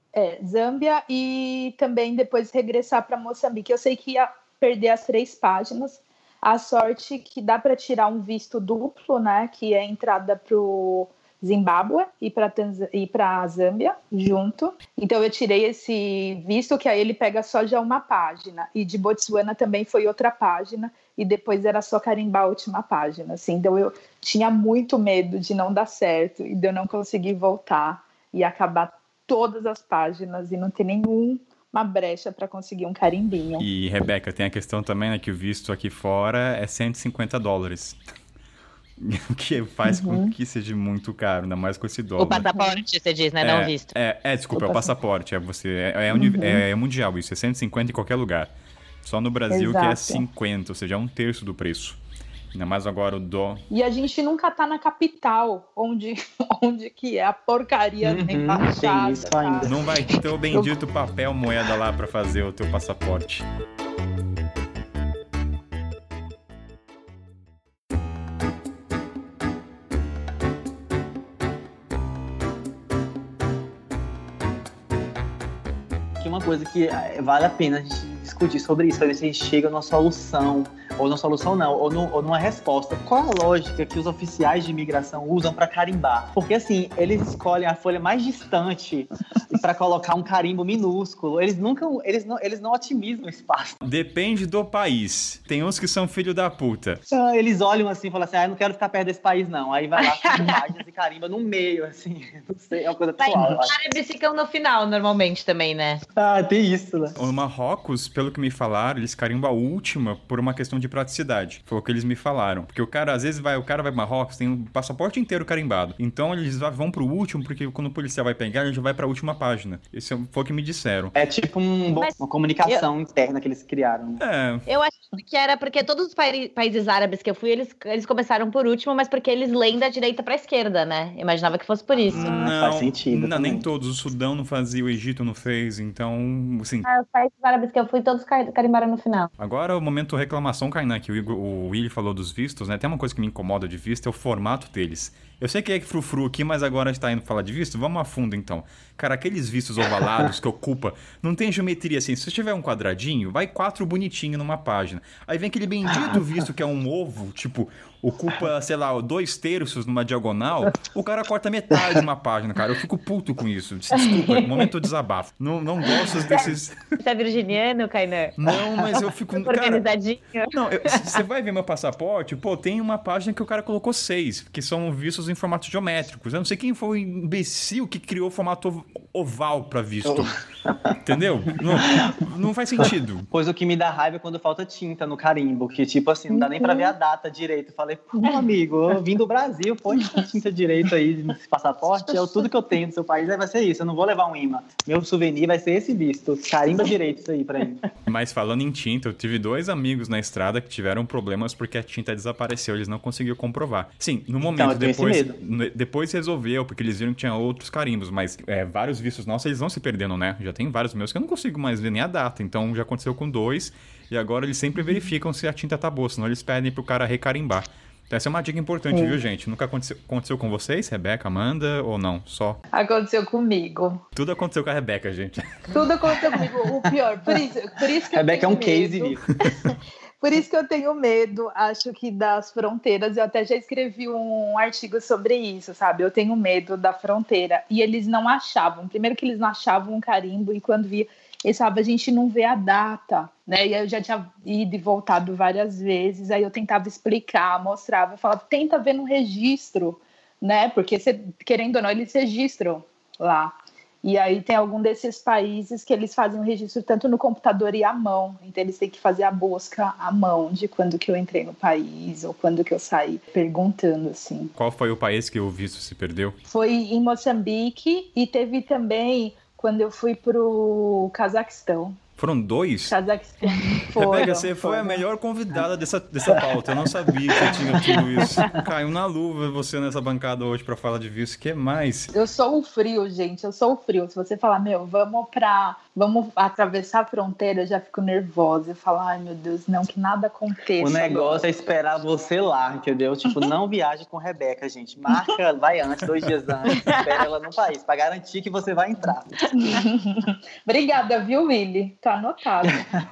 e também depois regressar para Moçambique. Eu sei que ia perder as 3 páginas. A sorte que dá para tirar um visto duplo, né? Que é a entrada para o Zimbábue e para a Zâmbia junto. Então eu tirei esse visto que aí ele pega só já uma página. E de Botsuana também foi outra página. E depois era só carimbar a última página. Assim. Então eu tinha muito medo de não dar certo e de eu não conseguir voltar e acabar todas as páginas e não ter uma brecha para conseguir um carimbinho. E, Rebeca, tem a questão também, né, que o visto aqui fora é $150. O que faz com que seja muito caro, ainda mais com esse dólar. O passaporte, você diz, né? Não o visto. Desculpa, é o passaporte. É mundial isso, é 150 em qualquer lugar. Só no Brasil que é 50, ou seja, é 1/3 do preço. Ainda mais agora o dó. E a gente nunca tá na capital, onde que é a porcaria da embaixada. Isso ainda. Não vai ter o bendito papel moeda lá pra fazer o teu passaporte. Que uma coisa que vale a pena a gente discutir sobre isso, pra ver se a gente chega numa solução. Ou não solução não, ou numa resposta. Qual é a lógica que os oficiais de imigração usam para carimbar? Porque assim, eles escolhem a folha mais distante para colocar um carimbo minúsculo. Eles não otimizam o espaço. Depende do país. Tem uns que são filho da puta. Eles olham assim e falam assim: eu não quero ficar perto desse país não. Aí vai lá com páginas e carimba no meio, assim. Não sei, é uma coisa atual. Os árabes ficam no final, normalmente, também, né? Tem isso, né? O Marrocos, pelo que me falaram, eles carimbam a última por uma questão de praticidade. Foi o que eles me falaram. Porque o cara, às vezes, vai para Marrocos, tem o passaporte inteiro carimbado. Então, eles vão pro último, porque quando o policial vai pegar, ele já vai pra última página. Isso foi o que me disseram. É tipo uma comunicação interna que eles criaram. Eu acho que era porque todos os países árabes que eu fui, eles começaram por último, mas porque eles leem da direita pra esquerda, né? Imaginava que fosse por isso. Não, faz sentido. Não, nem todos. O Sudão não fazia, o Egito não fez, então, assim... Os países árabes que eu fui, todos carimbaram no final. Agora, o momento reclamação, Kainan, que o Willi falou dos vistos, né? Tem uma coisa que me incomoda de visto, é o formato deles. Eu sei que é frufru aqui, mas agora a gente tá indo falar de visto, vamos a fundo então. Cara, aqueles vistos ovalados que ocupa, não tem geometria assim. Se tiver um quadradinho, vai 4 bonitinho numa página. Aí vem aquele bendito visto que é um ovo, tipo, ocupa, sei lá, 2/3 numa diagonal, o cara corta metade de uma página, cara. Eu fico puto com isso. Desculpa, momento desabafo. Não gosto desses... Você é virginiano, Kainan? Não, mas eu fico... Organizadinho. Não, você vai ver meu passaporte, tem uma página que o cara colocou 6, que são vistos em formatos geométricos. Eu não sei quem foi o imbecil que criou o formato oval pra visto. Entendeu? Não faz sentido. Pois o que me dá raiva é quando falta tinta no carimbo, que tipo assim, não dá nem pra ver a data direito. Eu falei, pô, amigo, eu vim do Brasil, põe tinta direito aí nesse passaporte, é tudo que eu tenho do seu país, aí vai ser isso, eu não vou levar um imã. Meu souvenir vai ser esse visto, carimba direito isso aí pra mim. Mas falando em tinta, eu tive 2 amigos na estrada que tiveram problemas porque a tinta desapareceu, eles não conseguiam comprovar. Sim, no momento, depois resolveu, porque eles viram que tinha outros carimbos, mas vários vistos nossos, eles vão se perdendo, né? Já tem vários meus que eu não consigo mais ver nem a data, então já aconteceu com 2, e agora eles sempre verificam se a tinta tá boa, senão eles pedem pro cara recarimbar. Então essa é uma dica importante, viu, gente? Nunca aconteceu com vocês, Rebeca, Amanda, ou não? Só? Aconteceu comigo. Tudo aconteceu com a Rebeca, gente. Tudo aconteceu comigo. O pior, por isso que Rebeca é um case, viu? Por isso que eu tenho medo, acho que das fronteiras. Eu até já escrevi um artigo sobre isso, sabe? Eu tenho medo da fronteira. E eles não achavam. Primeiro que eles não achavam um carimbo, e quando via, eles falavam, a gente não vê a data, né? E aí eu já tinha ido e voltado várias vezes, aí eu tentava explicar, mostrava, eu falava, tenta ver no registro, né? Porque, querendo ou não, eles registram lá. E aí tem algum desses países que eles fazem o registro tanto no computador e à mão. Então eles têm que fazer a busca à mão de quando que eu entrei no país ou quando que eu saí, perguntando assim. Qual foi o país que o visto se perdeu? Foi em Moçambique e teve também quando eu fui pro Cazaquistão. Foram 2? Cazaquistão. Rebeca, você foi a melhor convidada dessa pauta. Eu não sabia que tinha tudo isso. Caiu na luva você nessa bancada hoje pra falar de visto. O que mais? Eu sou o frio, gente. Eu sou o frio. Se você falar, vamos atravessar a fronteira, eu já fico nervosa. Eu falo, ai meu Deus, não, que nada aconteça. O negócio é esperar você lá, entendeu? Tipo, não viaje com Rebeca, gente. Marca, vai antes, 2 dias antes. Espera ela no país, pra garantir que você vai entrar. Obrigada, viu, Willy? Tá anotado.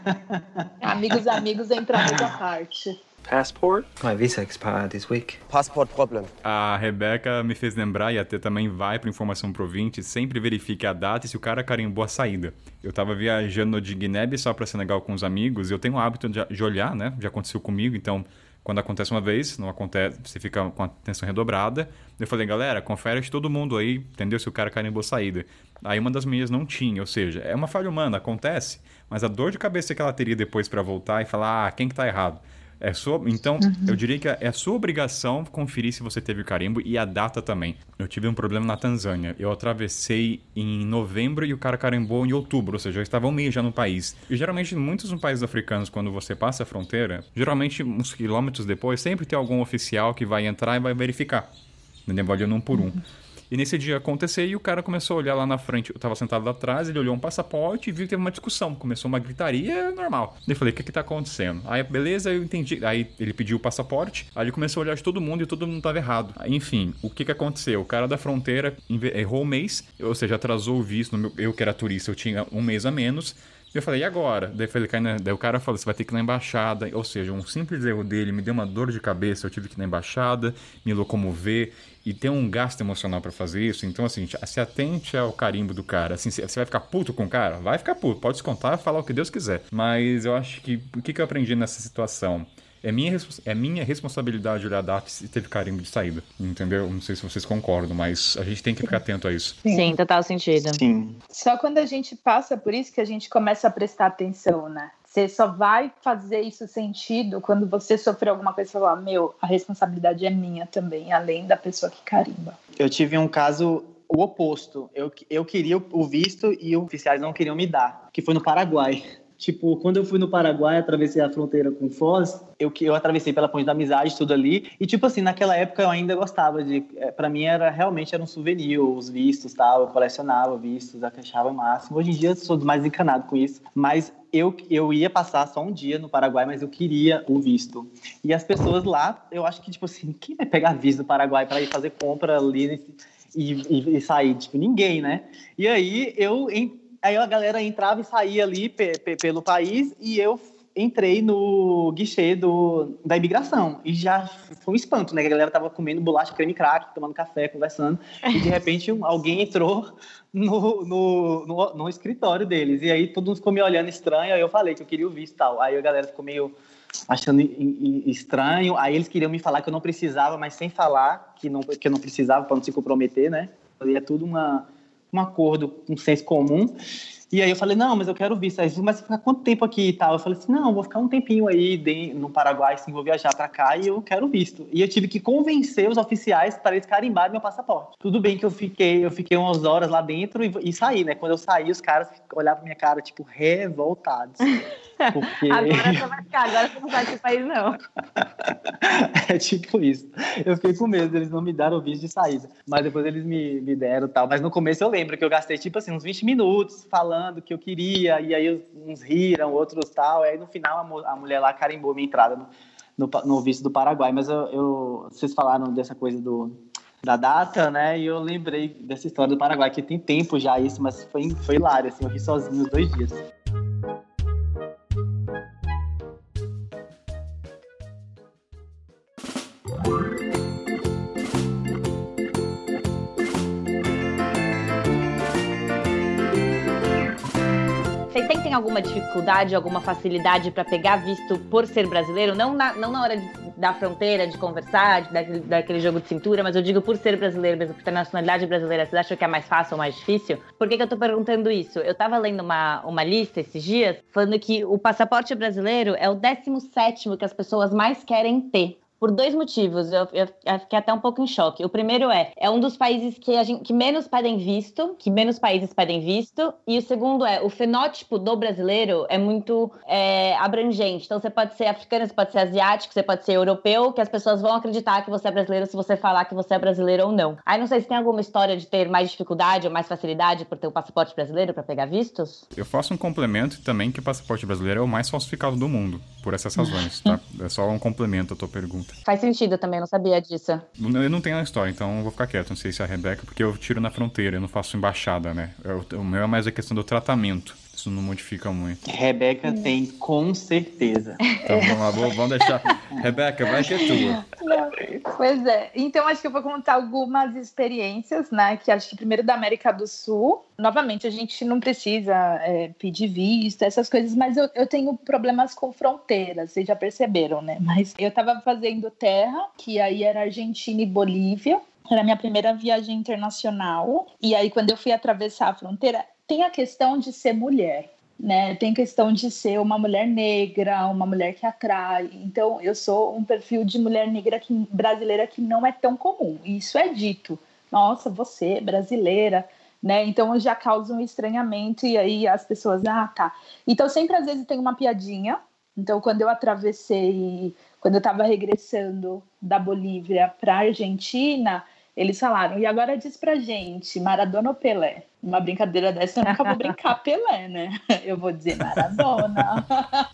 Amigos, entramos à parte. Passport? My visa expired this week. Passport problem. A Rebeca me fez lembrar, e até também vai para informação pro ouvinte, sempre verifique a data e se o cara carimbou a saída. Eu tava viajando de Guiné-Bissau para Senegal com os amigos, e eu tenho o hábito de olhar, né? Já aconteceu comigo, então quando acontece uma vez, não acontece, você fica com a atenção redobrada. Eu falei, galera, confere de todo mundo aí, entendeu? Se o cara carimbou a saída. Aí uma das minhas não tinha, ou seja, é uma falha humana, acontece, mas a dor de cabeça que ela teria depois para voltar e falar, quem que tá errado? Então, eu diria que é a sua obrigação conferir se você teve o carimbo e a data também. Eu tive um problema na Tanzânia. Eu atravessei em novembro e o cara carimbou em outubro, ou seja, eu estava um mês já no país. E geralmente, muitos países africanos, quando você passa a fronteira, geralmente uns quilômetros depois, sempre tem algum oficial que vai entrar e vai verificar. Entendeu? Olhando um por um. E nesse dia aconteceu e o cara começou a olhar lá na frente. Eu tava sentado lá atrás, ele olhou um passaporte e viu que teve uma discussão. Começou uma gritaria normal. Eu falei, o que tá acontecendo? Aí, beleza, eu entendi. Aí ele pediu o passaporte, aí ele começou a olhar de todo mundo e todo mundo tava errado. Enfim, o que aconteceu? O cara da fronteira errou o mês, ou seja, atrasou o visto. Eu que era turista, eu tinha um mês a menos. E eu falei, e agora? Daí o cara falou, você vai ter que ir na embaixada. Ou seja, um simples erro dele me deu uma dor de cabeça. Eu tive que ir na embaixada, me locomover. E tem um gasto emocional pra fazer isso. Então, assim, se atente ao carimbo do cara. Assim, você vai ficar puto com o cara? Vai ficar puto. Pode descontar e falar o que Deus quiser. Mas eu acho que... O que eu aprendi nessa situação? É minha responsabilidade olhar a data se teve carimbo de saída. Entendeu? Não sei se vocês concordam, mas a gente tem que ficar atento a isso. Sim, total sentido. Sim. Só quando a gente passa por isso que a gente começa a prestar atenção, né? Você só vai fazer isso sentido quando você sofrer alguma coisa e falar, a responsabilidade é minha também, além da pessoa que carimba. Eu tive um caso o oposto. Eu queria o visto e os oficiais não queriam me dar, que foi no Paraguai. Tipo, quando eu fui no Paraguai, atravessei a fronteira com Foz, eu atravessei pela Ponte da Amizade, tudo ali. E, tipo assim, naquela época eu ainda gostava de... Pra mim, realmente era um souvenir, os vistos, tal. Eu colecionava vistos, achava o máximo. Hoje em dia, eu sou mais encanado com isso. Mas eu ia passar só um dia no Paraguai, mas eu queria o visto. E as pessoas lá, eu acho que, tipo assim, quem vai pegar visto do Paraguai pra ir fazer compra ali e sair? Tipo, ninguém, né? E aí, Aí a galera entrava e saía ali pelo país e eu entrei no guichê da imigração. E já foi um espanto, né? Que a galera tava comendo bolacha, creme crack, tomando café, conversando. E de repente alguém entrou no escritório deles. E aí todo mundo ficou me olhando estranho. Aí eu falei que eu queria o visto e tal. Aí a galera ficou meio achando estranho. Aí eles queriam me falar que eu não precisava, mas sem falar que eu não precisava para não se comprometer, né? E é tudo um acordo, um senso comum. E aí eu falei, não, mas eu quero visto. Aí mas você ficar quanto tempo aqui e tal? Eu falei assim, não, vou ficar um tempinho aí no Paraguai, sim, vou viajar pra cá e eu quero visto. E eu tive que convencer os oficiais para eles carimbarem meu passaporte. Tudo bem que eu fiquei umas horas lá dentro e saí, né? Quando eu saí, os caras olhavam pra minha cara, tipo, revoltados. Porque... Agora você vai ficar, agora você não vai desse país, não. É tipo isso. Eu fiquei com medo, eles não me deram o visto de saída. Mas depois eles me deram e tal. Mas no começo eu lembro que eu gastei, tipo assim, uns 20 minutos falando o que eu queria. E aí uns riram, outros tal. E aí no final a mulher lá carimbou minha entrada no visto do Paraguai. Mas vocês falaram dessa coisa da data, né? E eu lembrei dessa história do Paraguai, que tem tempo já isso, mas foi hilário, assim. Eu ri sozinho os 2 dias. Vocês sentem alguma dificuldade, alguma facilidade para pegar visto por ser brasileiro? Não na hora da fronteira, de conversar, daquele jogo de cintura, mas eu digo por ser brasileiro mesmo, por ter nacionalidade brasileira. Vocês acham que é mais fácil ou mais difícil? Por que eu tô perguntando isso? Eu tava lendo uma lista esses dias, falando que o passaporte brasileiro é o 17º que as pessoas mais querem ter. Por 2 motivos, eu fiquei até um pouco em choque. O primeiro é um dos países que menos pedem visto, que menos países pedem visto. E o segundo o fenótipo do brasileiro é muito abrangente. Então, você pode ser africano, você pode ser asiático, você pode ser europeu, que as pessoas vão acreditar que você é brasileiro se você falar que você é brasileiro ou não. Aí, não sei se tem alguma história de ter mais dificuldade ou mais facilidade por ter o passaporte brasileiro para pegar vistos? Eu faço um complemento também que o passaporte brasileiro é o mais falsificado do mundo, por essas razões, tá? É só um complemento à tua pergunta. Faz sentido também, eu não sabia disso. Eu não tenho a história, então eu vou ficar quieto. Não sei se é a Rebeca, porque eu tiro na fronteira, eu não faço embaixada, né? O meu é mais a questão do tratamento. Isso não modifica muito. Rebeca tem, com certeza. Então vamos lá, vamos deixar. Rebeca, vai que é tua. Não, pois é. Então, acho que eu vou contar algumas experiências, né? Que acho que primeiro da América do Sul. Novamente, a gente não precisa pedir visto, essas coisas, mas eu tenho problemas com fronteiras, vocês já perceberam, né? Mas eu tava fazendo terra, que aí era Argentina e Bolívia. Era a minha primeira viagem internacional. E aí, quando eu fui atravessar a fronteira, tem a questão de ser mulher, né? Tem questão de ser uma mulher negra, uma mulher que atrai. Então, eu sou um perfil de mulher negra brasileira que não é tão comum. E isso é dito. Nossa, você, brasileira, né? Então, eu já causo um estranhamento e aí as pessoas, tá. Então, sempre às vezes tem uma piadinha. Então, quando eu atravessei, quando eu estava regressando da Bolívia para a Argentina, eles falaram, e agora diz pra gente, Maradona ou Pelé? Uma brincadeira dessa eu nunca vou brincar Pelé, né? Eu vou dizer Maradona.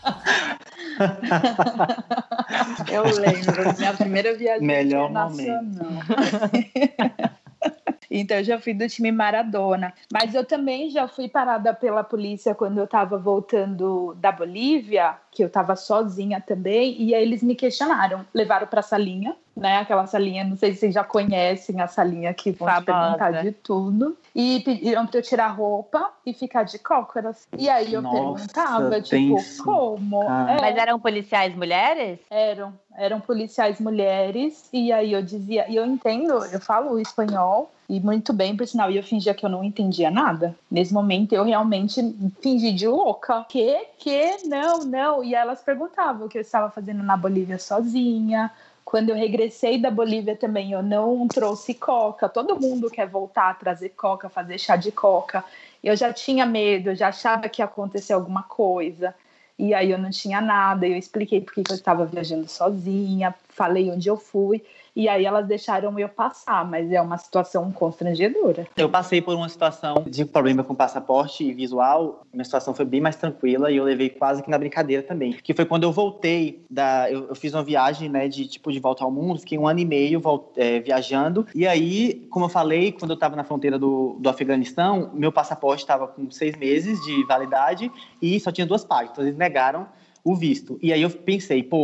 Eu lembro, minha primeira viagem melhor internacional. Então, eu já fui do time Maradona. Mas eu também já fui parada pela polícia quando eu estava voltando da Bolívia, que eu estava sozinha também, e aí eles me questionaram. Levaram para a salinha, né? Aquela salinha, não sei se vocês já conhecem a salinha que vão te perguntar de tudo. E pediram para eu tirar a roupa e ficar de cócoras. E aí eu perguntava, tipo, como? Mas eram policiais mulheres? Eram policiais mulheres. E aí eu dizia, e eu entendo, eu falo espanhol, e muito bem, por sinal, e eu fingia que eu não entendia nada. Nesse momento, eu realmente fingi de louca. Não. E elas perguntavam o que eu estava fazendo na Bolívia sozinha. Quando eu regressei da Bolívia também, eu não trouxe coca. Todo mundo quer voltar a trazer coca, fazer chá de coca. Eu já tinha medo, eu já achava que ia acontecer alguma coisa. E aí eu não tinha nada, eu expliquei porque eu estava viajando sozinha, falei onde eu fui, e aí elas deixaram eu passar, mas é uma situação constrangedora. Eu passei por uma situação de problema com passaporte e visual, minha situação foi bem mais tranquila e eu levei quase que na brincadeira também, que foi quando eu voltei, eu fiz uma viagem, né, de volta ao mundo, fiquei 1 ano e meio viajando, e aí, como eu falei, quando eu estava na fronteira do Afeganistão, meu passaporte estava com 6 meses de validade e só tinha 2 páginas, então eles negaram o visto. E aí eu pensei,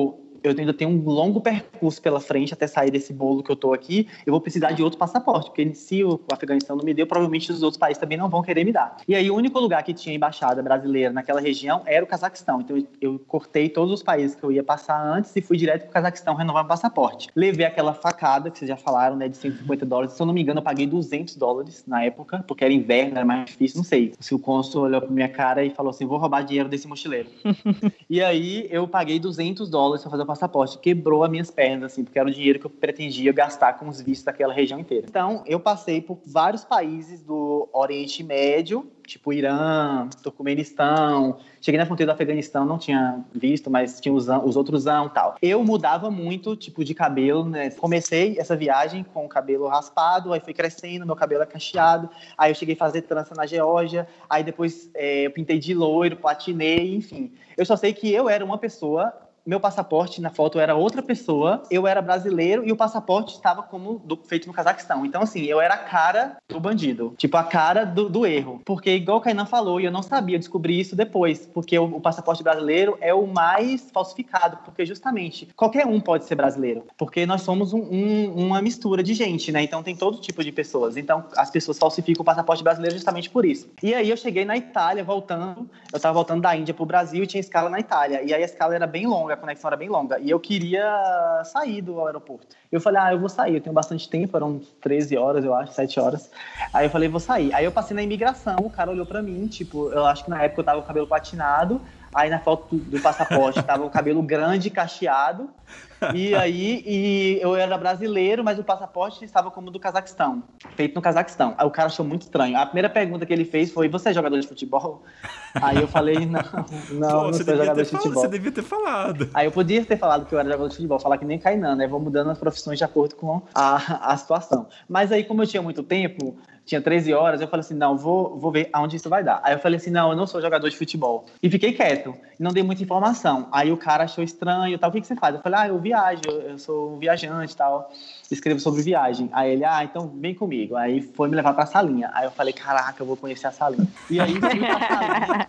eu ainda tenho um longo percurso pela frente até sair desse bolo que eu tô aqui, eu vou precisar de outro passaporte, porque se o Afeganistão não me deu, provavelmente os outros países também não vão querer me dar. E aí o único lugar que tinha embaixada brasileira naquela região era o Cazaquistão. Então eu cortei todos os países que eu ia passar antes e fui direto pro Cazaquistão renovar meu passaporte. Levei aquela facada que vocês já falaram, né, de $150. Se eu não me engano, eu paguei $200 na época, porque era inverno, era mais difícil, não sei. Se o cônsul olhou pra minha cara e falou assim, vou roubar dinheiro desse mochileiro. E aí eu paguei $200 para fazer o passaporte. Quebrou as minhas pernas, assim, porque era o dinheiro que eu pretendia gastar com os vistos daquela região inteira. Então, eu passei por vários países do Oriente Médio, tipo Irã, Turcomenistão. Cheguei na fronteira do Afeganistão, não tinha visto, mas tinha os outros e tal. Eu mudava muito, tipo, de cabelo, né? Comecei essa viagem com o cabelo raspado, aí fui crescendo, meu cabelo é cacheado, aí eu cheguei a fazer trança na Geórgia, aí depois eu pintei de loiro, platinei, enfim. Eu só sei que eu era uma pessoa, meu passaporte na foto era outra pessoa, eu era brasileiro e o passaporte estava como feito no Cazaquistão. Então, assim, eu era a cara do bandido, tipo, a cara do erro. Porque, igual o Kainan falou, e eu não sabia, eu descobri isso depois, porque o passaporte brasileiro é o mais falsificado, porque justamente qualquer um pode ser brasileiro, porque nós somos uma mistura de gente, né? Então tem todo tipo de pessoas. Então as pessoas falsificam o passaporte brasileiro justamente por isso. E aí eu cheguei na Itália, eu tava voltando da Índia pro Brasil e tinha escala na Itália. E aí a escala era bem longa, a conexão era bem longa, e eu queria sair do aeroporto. Eu falei, eu vou sair, eu tenho bastante tempo, eram 13 horas, eu acho, 7 horas. Aí eu falei, vou sair. Aí eu passei na imigração, o cara olhou pra mim, tipo, eu acho que na época eu tava com o cabelo platinado, aí na foto do passaporte tava o cabelo grande, cacheado, e eu era brasileiro, mas o passaporte estava como do Cazaquistão, feito no Cazaquistão. Aí o cara achou muito estranho. A primeira pergunta que ele fez foi, você é jogador de futebol? Aí eu falei, não sou jogador de futebol. Você devia ter falado. Aí eu podia ter falado que eu era jogador de futebol, falar que nem Kainan, né? Vou mudando as profissões de acordo com a situação. Mas aí, como eu tinha muito tempo, tinha 13 horas, eu falei assim, não, vou ver aonde isso vai dar. Aí eu falei assim, não, eu não sou jogador de futebol. E fiquei quieto, não dei muita informação. Aí o cara achou estranho, tal, o que você faz? Eu falei, eu viajo, eu sou um viajante e tal, escrevo sobre viagem. Aí ele, então vem comigo. Aí foi me levar pra salinha. Aí eu falei, caraca, eu vou conhecer a salinha. E aí fui pra salinha.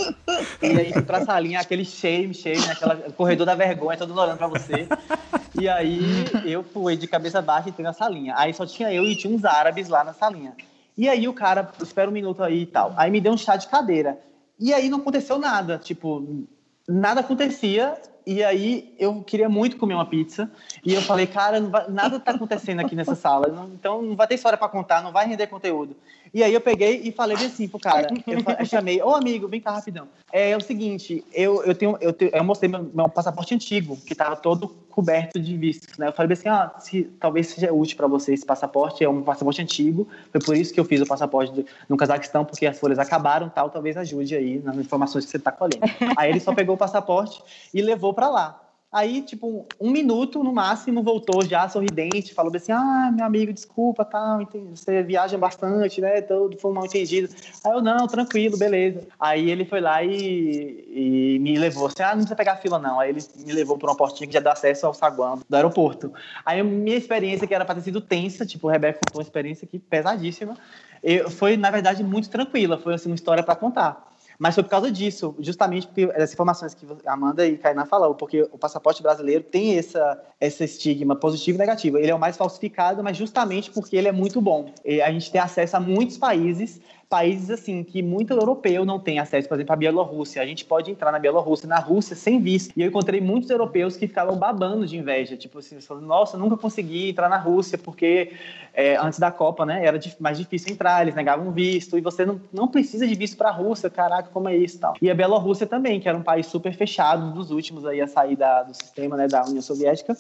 E aí fui pra salinha, aquele shame, né, aquela corredor da vergonha, todo mundo olhando pra você. E aí eu fui de cabeça baixa e entrei na salinha. Aí só tinha eu e tinha uns árabes lá na salinha. E aí o cara, espera um minuto aí e tal. Aí me deu um chá de cadeira. E aí não aconteceu nada, tipo, nada acontecia. E aí eu queria muito comer uma pizza. E eu falei, cara, nada tá acontecendo aqui nessa sala. Então não vai ter história pra contar, não vai render conteúdo. E aí eu peguei e falei assim pro cara. Eu chamei, amigo, vem cá rapidão. É o seguinte, eu mostrei meu passaporte antigo, que tava todo coberto de vistos, né? Eu falei assim, talvez seja útil para você esse passaporte, é um passaporte antigo, foi por isso que eu fiz o passaporte no Cazaquistão, porque as folhas acabaram, tal, talvez ajude aí nas informações que você tá colhendo. Aí ele só pegou o passaporte e levou para lá. Aí, tipo, 1 minuto no máximo, voltou já sorridente, falou assim, meu amigo, desculpa, tal, você viaja bastante, né, foi um mal entendido. Aí eu, não, tranquilo, beleza. Aí ele foi lá e me levou, assim, não precisa pegar fila não. Aí ele me levou para uma portinha que já dá acesso ao saguão do aeroporto. Aí minha experiência, que era para ter sido tensa, tipo, o Rebeca contou uma experiência aqui pesadíssima, foi, na verdade, muito tranquila, foi, assim, uma história para contar. Mas foi por causa disso, justamente porque as informações que a Amanda e Kainan falaram, porque o passaporte brasileiro tem esse estigma positivo e negativo. Ele é o mais falsificado, mas justamente porque ele é muito bom. E a gente tem acesso a muitos países assim, que muito europeu não tem acesso, por exemplo, a Bielorrússia. A gente pode entrar na Bielorrússia, na Rússia, sem visto. E eu encontrei muitos europeus que ficavam babando de inveja. Tipo assim, falando, nossa, nunca consegui entrar na Rússia, porque antes da Copa, né, era mais difícil entrar, eles negavam visto, e você não precisa de visto para a Rússia, caraca, como é isso e tal. E a Bielorrússia também, que era um país super fechado, dos últimos aí a sair do sistema, né, da União Soviética,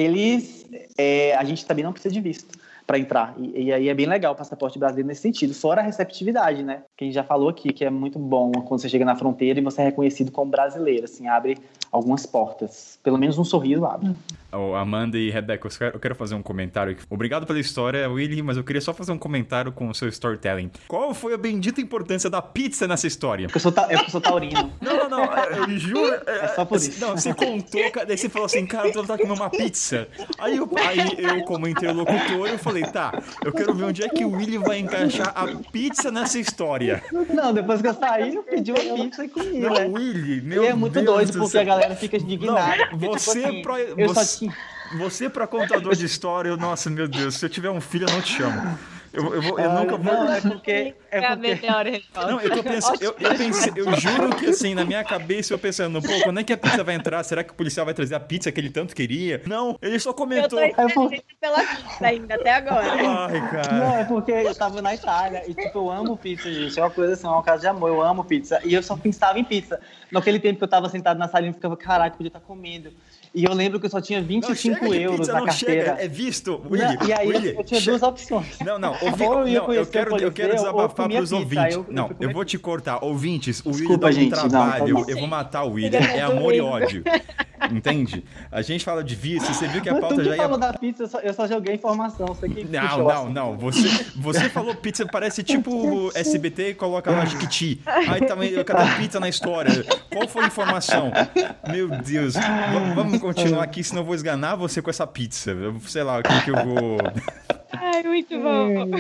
a gente também não precisa de visto para entrar. E aí é bem legal o passaporte brasileiro nesse sentido, fora a receptividade, né? Que a gente já falou aqui, que é muito bom quando você chega na fronteira e você é reconhecido como brasileiro, assim, abre algumas portas. Pelo menos um sorriso abre. Amanda e Rebeca, eu quero fazer um comentário aqui. Obrigado pela história, Willy, mas eu queria só fazer um comentário com o seu storytelling. Qual foi a bendita importância da pizza nessa história? Eu sou taurino. Não, eu juro. É só por isso. Não, você contou, daí você falou assim, cara, eu tô comendo uma pizza. Aí eu, como interlocutor, eu falei, tá, eu quero ver onde é que o Willy vai encaixar a pizza nessa história. Não, depois que eu saí, eu pedi uma pizza e comi, Não, né? Willy, meu E é muito Deus doido, do porque céu. a galera fica indignada. Não, porque, você, tipo assim, você pra contador de história, nossa, meu Deus, se eu tiver um filho, eu não te chamo. Eu nunca vou... Não, é porque... a melhor resposta. Não, eu pensei, eu juro que assim, na minha cabeça eu pensando, pô, quando é que a pizza vai entrar? Será que o policial vai trazer a pizza que ele tanto queria? Não, ele só comentou. Eu tô esperando pela pizza ainda, até agora. Ai, cara. Não, é porque eu tava na Itália e, tipo, eu amo pizza, gente. É uma coisa assim, é um caso de amor. Eu amo pizza. E eu só pensava em pizza. Naquele tempo que eu tava sentado na salinha, eu ficava, caraca, podia estar comendo. E eu lembro que eu só tinha 25 euros na carteira. É visto, Willy. E aí Willy, eu tinha duas opções. Eu quero desabafar pros ouvintes. Eu vou te cortar. Ouvintes, o Willy Desculpa, dá um gente, trabalho. não, tá Eu vou matar o Willy. É amor e ódio. Entende? A gente fala de vício, você viu que a Mas pauta tu que já ia... falou da pizza, eu só joguei informação. Você que Não. Você falou pizza, parece tipo SBT e coloca lá Chiquiti. Aí também, cadê pizza na história? Qual foi a informação? Meu Deus. Vamos continuar aqui, senão eu vou esganar você com essa pizza. Sei lá, o que eu vou... Ai, muito bom.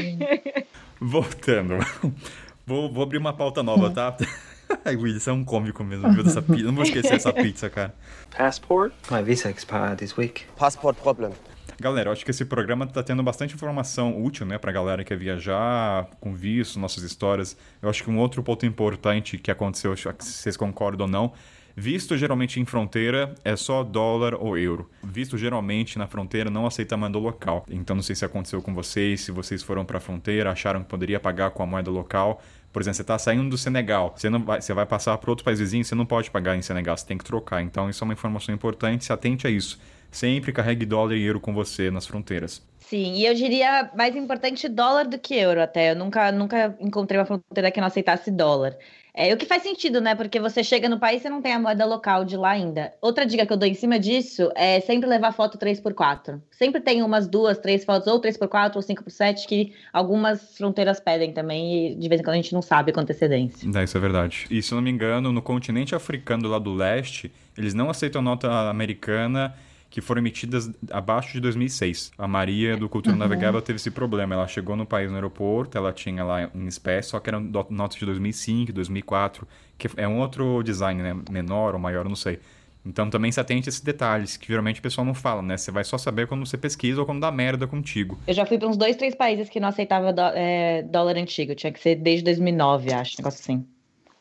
Voltando. Vou abrir uma pauta nova, tá? Ai, Willy, você é um cômico mesmo, viu, dessa pizza. Não vou esquecer essa pizza, cara. Passport? My visa expired this week. Passport problem. Galera, eu acho que esse programa tá tendo bastante informação útil, né, pra galera que quer viajar, com visto, nossas histórias. Eu acho que um outro ponto importante que aconteceu, acho que vocês concordam ou não, visto geralmente em fronteira é só dólar ou euro. Visto geralmente na fronteira não aceita moeda local. Então não sei se aconteceu com vocês, se vocês foram pra fronteira, acharam que poderia pagar com a moeda local. Por exemplo, você está saindo do Senegal, você vai passar para outro país vizinho, você não pode pagar em Senegal, você tem que trocar. Então isso é uma informação importante, se atente a isso. Sempre carregue dólar e euro com você nas fronteiras. Sim, e eu diria mais importante dólar do que euro até. Eu nunca encontrei uma fronteira que não aceitasse dólar. O que faz sentido, né? Porque você chega no país e você não tem a moeda local de lá ainda. Outra dica que eu dou em cima disso é sempre levar foto 3x4. Sempre tem umas 2, 3 fotos, ou 3x4 ou 5x7, que algumas fronteiras pedem também, e de vez em quando a gente não sabe com antecedência. Isso é verdade. E se eu não me engano, no continente africano lá do leste, eles não aceitam nota americana que foram emitidas abaixo de 2006. A Maria do Cultura Navegável teve esse problema. Ela chegou no país, no aeroporto, ela tinha lá em espécie, só que eram notas de 2005, 2004, que é um outro design, né? Menor ou maior, eu não sei. Então também se atente a esses detalhes, que geralmente o pessoal não fala, né? Você vai só saber quando você pesquisa ou quando dá merda contigo. Eu já fui para uns 2, 3 países que não aceitava dólar antigo. Tinha que ser desde 2009, acho, um negócio assim.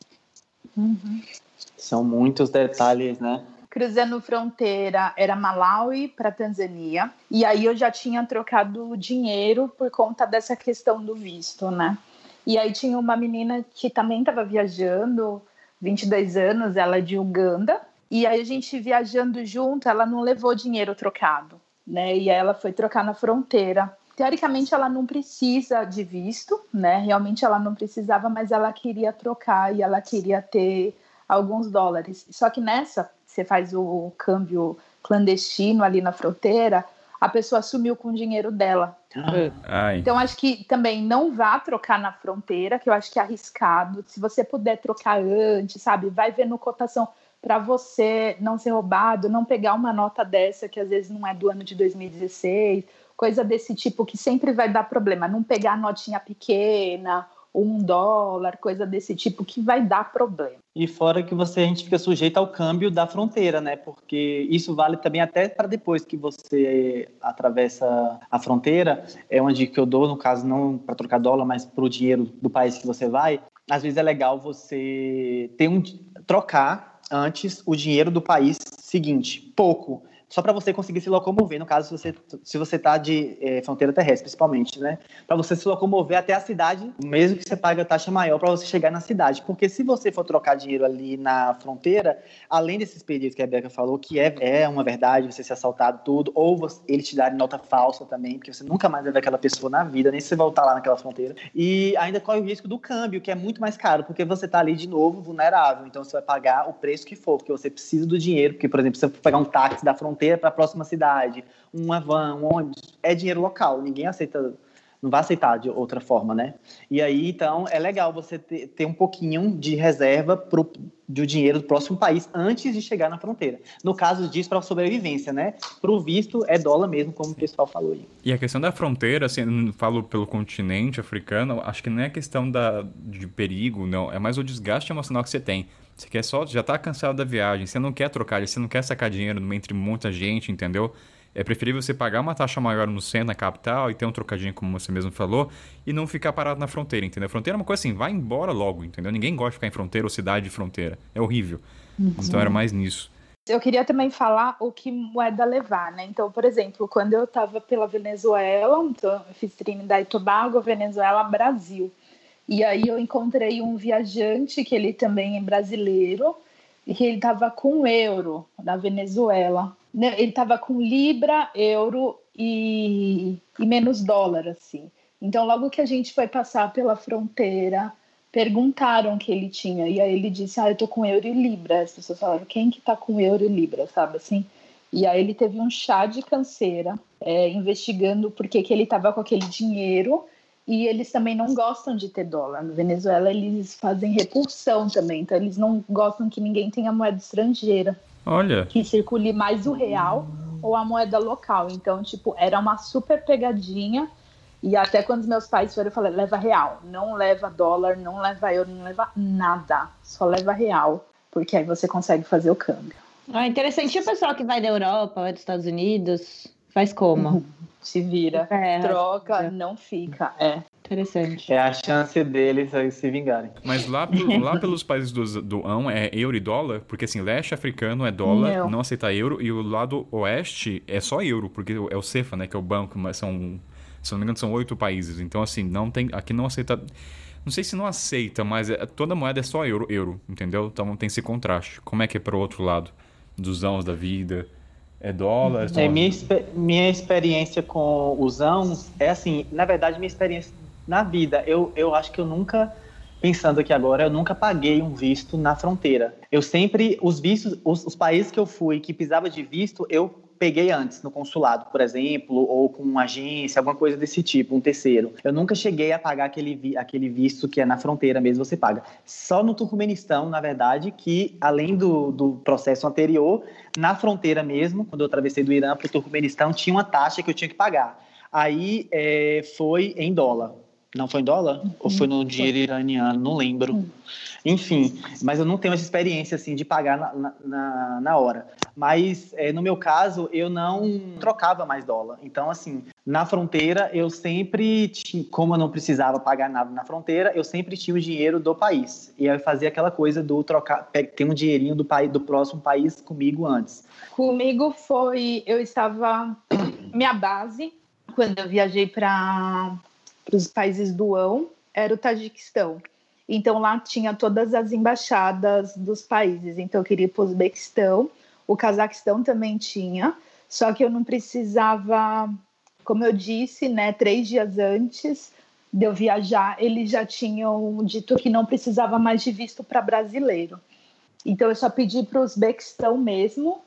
São muitos detalhes, né? Cruzando fronteira, era Malawi para Tanzânia. E aí eu já tinha trocado dinheiro por conta dessa questão do visto, né? E aí tinha uma menina que também estava viajando, 22 anos, ela é de Uganda. E aí a gente viajando junto, ela não levou dinheiro trocado, né? E aí ela foi trocar na fronteira. Teoricamente ela não precisa de visto, né? Realmente ela não precisava, mas ela queria trocar e ela queria ter alguns dólares. Só que nessa, você faz o câmbio clandestino ali na fronteira, a pessoa sumiu com o dinheiro dela. Ai. Então, acho que também não vá trocar na fronteira, que eu acho que é arriscado. Se você puder trocar antes, sabe? Vai vendo cotação para você não ser roubado, não pegar uma nota dessa que às vezes não é do ano de 2016, coisa desse tipo que sempre vai dar problema. Não pegar notinha pequena, $1, coisa desse tipo que vai dar problema. E fora que a gente fica sujeito ao câmbio da fronteira, né? Porque isso vale também até para depois que você atravessa a fronteira. É uma dica que eu dou, no caso, não para trocar dólar, mas para o dinheiro do país que você vai. Às vezes é legal você trocar antes o dinheiro do país seguinte, pouco. Só para você conseguir se locomover, no caso, se você está de fronteira terrestre, principalmente, né? Para você se locomover até a cidade, mesmo que você pague a taxa maior para você chegar na cidade. Porque se você for trocar dinheiro ali na fronteira, além desses perigos que a Beca falou, que é uma verdade, você ser assaltado, tudo, ou eles te darem nota falsa também, porque você nunca mais vai ver aquela pessoa na vida, nem se você voltar lá naquela fronteira. E ainda corre o risco do câmbio, que é muito mais caro, porque você está ali, de novo, vulnerável. Então, você vai pagar o preço que for, porque você precisa do dinheiro, porque, por exemplo, se você for pegar um táxi da fronteira, fronteira para a próxima cidade, uma van, um ônibus, é dinheiro local, ninguém aceita, não vai aceitar de outra forma, né? E aí, então, é legal você ter um pouquinho de reserva do dinheiro do próximo país antes de chegar na fronteira. No caso disso, para a sobrevivência, né? Para o visto, é dólar mesmo, como o pessoal falou aí. E a questão da fronteira, assim, eu falo pelo continente africano, acho que não é questão de perigo, não. É mais o desgaste emocional que você tem. Você quer só, já tá cansado da viagem, você não quer trocar, você não quer sacar dinheiro entre muita gente, entendeu? É preferível você pagar uma taxa maior no centro, na capital, e ter um trocadinho, como você mesmo falou, e não ficar parado na fronteira, entendeu? A fronteira é uma coisa assim, vai embora logo, entendeu? Ninguém gosta de ficar em fronteira ou cidade de fronteira. É horrível. Então era mais nisso. Eu queria também falar o que moeda levar, né? Então, por exemplo, quando eu estava pela Venezuela, então eu fiz Trinidad e Tobago, Venezuela, Brasil. E aí eu encontrei um viajante, que ele também é brasileiro, e que ele estava com euro na Venezuela. Ele estava com libra, euro e menos dólar, assim. Então, logo que a gente foi passar pela fronteira, perguntaram o que ele tinha. E aí ele disse, eu tô com euro e libra. As pessoas falaram, quem que tá com euro e libra, sabe assim? E aí ele teve um chá de canseira, investigando por que ele estava com aquele dinheiro. E eles também não gostam de ter dólar. Na Venezuela, eles fazem repulsão também. Então, eles não gostam que ninguém tenha moeda estrangeira. Olha. Que circule mais o real ou a moeda local. Então, tipo, era uma super pegadinha. E até quando meus pais foram, eu falei, leva real. Não leva dólar, não leva euro, não leva nada. Só leva real. Porque aí você consegue fazer o câmbio. Interessante. E o pessoal que vai da Europa, vai dos Estados Unidos, faz como? Se vira, troca, não fica. Interessante. É a chance deles aí se vingarem. Mas lá pelos países do AN é euro e dólar, porque assim, leste africano é dólar, não aceita euro, e o lado oeste é só euro, porque é o CEFA, né, que é o banco, mas são, se não me engano, são 8 países. Então, assim, não tem, aqui não aceita, não sei se não aceita, mas toda moeda é só euro, entendeu? Então tem esse contraste. Como é que é para o outro lado dos ANs da vida? É dólar? Minha experiência com os ANs é assim, na verdade, minha experiência na vida, eu acho que eu nunca, pensando aqui agora, eu nunca paguei um visto na fronteira. Eu sempre, os vistos, os países que eu fui que precisava de visto, eu peguei antes, no consulado, por exemplo, ou com uma agência, alguma coisa desse tipo, um terceiro. Eu nunca cheguei a pagar aquele visto que é na fronteira mesmo, você paga. Só no Turcomenistão, na verdade, que além do processo anterior, na fronteira mesmo, quando eu atravessei do Irã para o Turcomenistão, tinha uma taxa que eu tinha que pagar. Aí foi em dólar. Não foi em dólar? Ou foi no dinheiro iraniano? Não lembro. Enfim, mas eu não tenho essa experiência assim, de pagar na hora. Mas, no meu caso, eu não trocava mais dólar. Então, assim, na fronteira, eu sempre tinha, como eu não precisava pagar nada na fronteira, eu sempre tinha o dinheiro do país. E aí eu fazia aquela coisa do trocar, ter um dinheirinho do próximo país comigo antes. Comigo eu estava, minha base, quando eu viajei para os países do AN, era o Tajiquistão. Então, lá tinha todas as embaixadas dos países. Então, eu queria ir para o Uzbequistão. O Cazaquistão também tinha. Só que eu não precisava, como eu disse, né, 3 dias antes de eu viajar, eles já tinham dito que não precisava mais de visto para brasileiro. Então, eu só pedi para o Uzbequistão mesmo,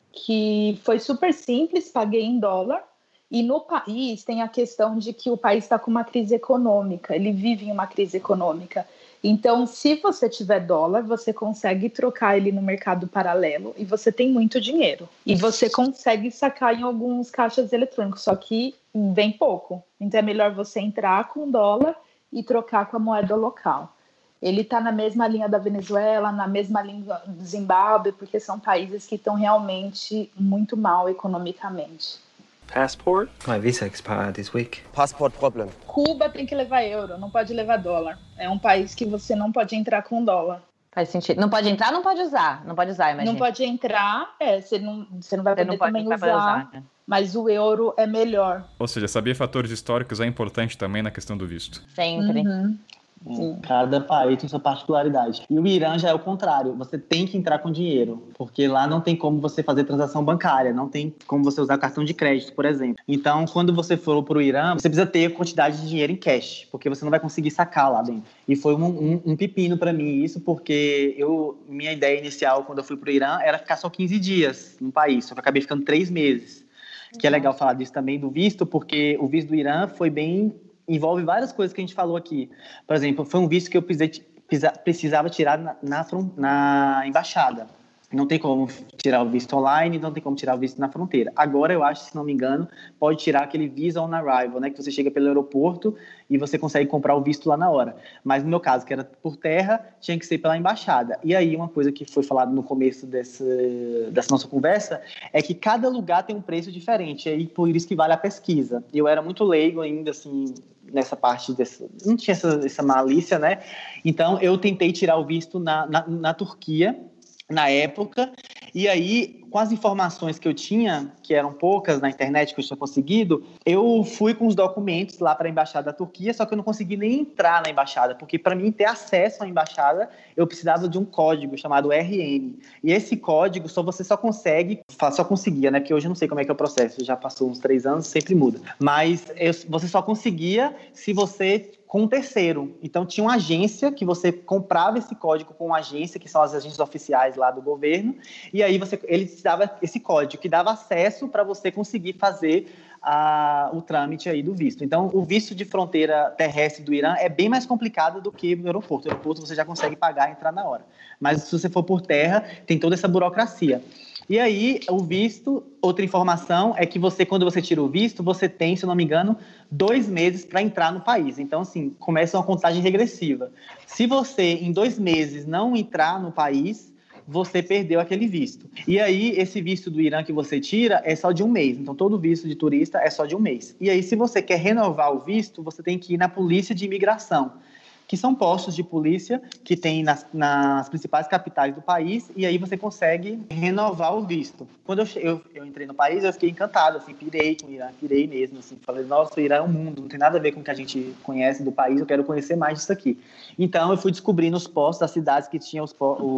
que foi super simples, paguei em dólar. E no país tem a questão de que o país está com uma crise econômica, ele vive em uma crise econômica. Então, se você tiver dólar, você consegue trocar ele no mercado paralelo e você tem muito dinheiro. E você consegue sacar em alguns caixas eletrônicos, só que bem pouco. Então, é melhor você entrar com dólar e trocar com a moeda local. Ele está na mesma linha da Venezuela, na mesma linha do Zimbábue, porque são países que estão realmente muito mal economicamente. Passport? My visa expired this week. Passport problem. Cuba tem que levar euro, não pode levar dólar. É um país que você não pode entrar com dólar. Faz sentido. Não pode entrar, não pode usar. Não pode usar, imagina. Não pode entrar, você não vai poder também usar. Né? Mas o euro é melhor. Ou seja, saber fatores históricos é importante também na questão do visto. Sempre. Uhum. Cada país tem sua particularidade. E o Irã já é o contrário. Você tem que entrar com dinheiro, porque lá não tem como você fazer transação bancária, não tem como você usar cartão de crédito, por exemplo. Então, quando você for para o Irã, você precisa ter quantidade de dinheiro em cash, porque você não vai conseguir sacar lá dentro. E foi um pepino para mim isso, porque minha ideia inicial, quando eu fui para o Irã, era ficar só 15 dias no país, só que eu acabei ficando 3 meses. Que é legal falar disso também, do visto, porque o visto do Irã envolve várias coisas que a gente falou aqui. Por exemplo, foi um visto que eu precisava tirar na embaixada. Não tem como tirar o visto online, não tem como tirar o visto na fronteira. Agora, eu acho, se não me engano, pode tirar aquele Visa on Arrival, né? Que você chega pelo aeroporto e você consegue comprar o visto lá na hora. Mas no meu caso, que era por terra, tinha que ser pela embaixada. E aí, uma coisa que foi falada no começo dessa nossa conversa é que cada lugar tem um preço diferente. E aí, por isso que vale a pesquisa. Eu era muito leigo ainda, assim, nessa parte não tinha essa malícia, né? Então, eu tentei tirar o visto na Turquia, na época, e aí, com as informações que eu tinha, que eram poucas na internet que eu tinha conseguido, eu fui com os documentos lá para a Embaixada da Turquia, só que eu não consegui nem entrar na Embaixada, porque para mim ter acesso à Embaixada, eu precisava de um código chamado RN, e esse código você só conseguia, né, porque hoje eu não sei como é que é o processo, já passou uns 3 anos, sempre muda, mas você só conseguia se você com um terceiro. Então, tinha uma agência que você comprava esse código com uma agência, que são as agências oficiais lá do governo, e aí ele te dava esse código, que dava acesso para você conseguir fazer o trâmite aí do visto. Então, o visto de fronteira terrestre do Irã é bem mais complicado do que no aeroporto. No aeroporto você já consegue pagar e entrar na hora. Mas se você for por terra, tem toda essa burocracia. E aí, o visto, outra informação é que quando você tira o visto, você tem, se eu não me engano, 2 meses para entrar no país. Então, assim, começa uma contagem regressiva. Se você, em 2 meses, não entrar no país, você perdeu aquele visto. E aí, esse visto do Irã que você tira é só de 1 mês. Então, todo visto de turista é só de 1 mês. E aí, se você quer renovar o visto, você tem que ir na polícia de imigração, que são postos de polícia que tem nas principais capitais do país, e aí você consegue renovar o visto. Quando eu entrei no país, eu fiquei encantado, assim, pirei com o Irã, pirei mesmo, assim, falei, nossa, o Irã é um mundo, não tem nada a ver com o que a gente conhece do país, eu quero conhecer mais disso aqui. Então, eu fui descobrindo os postos das cidades que tinham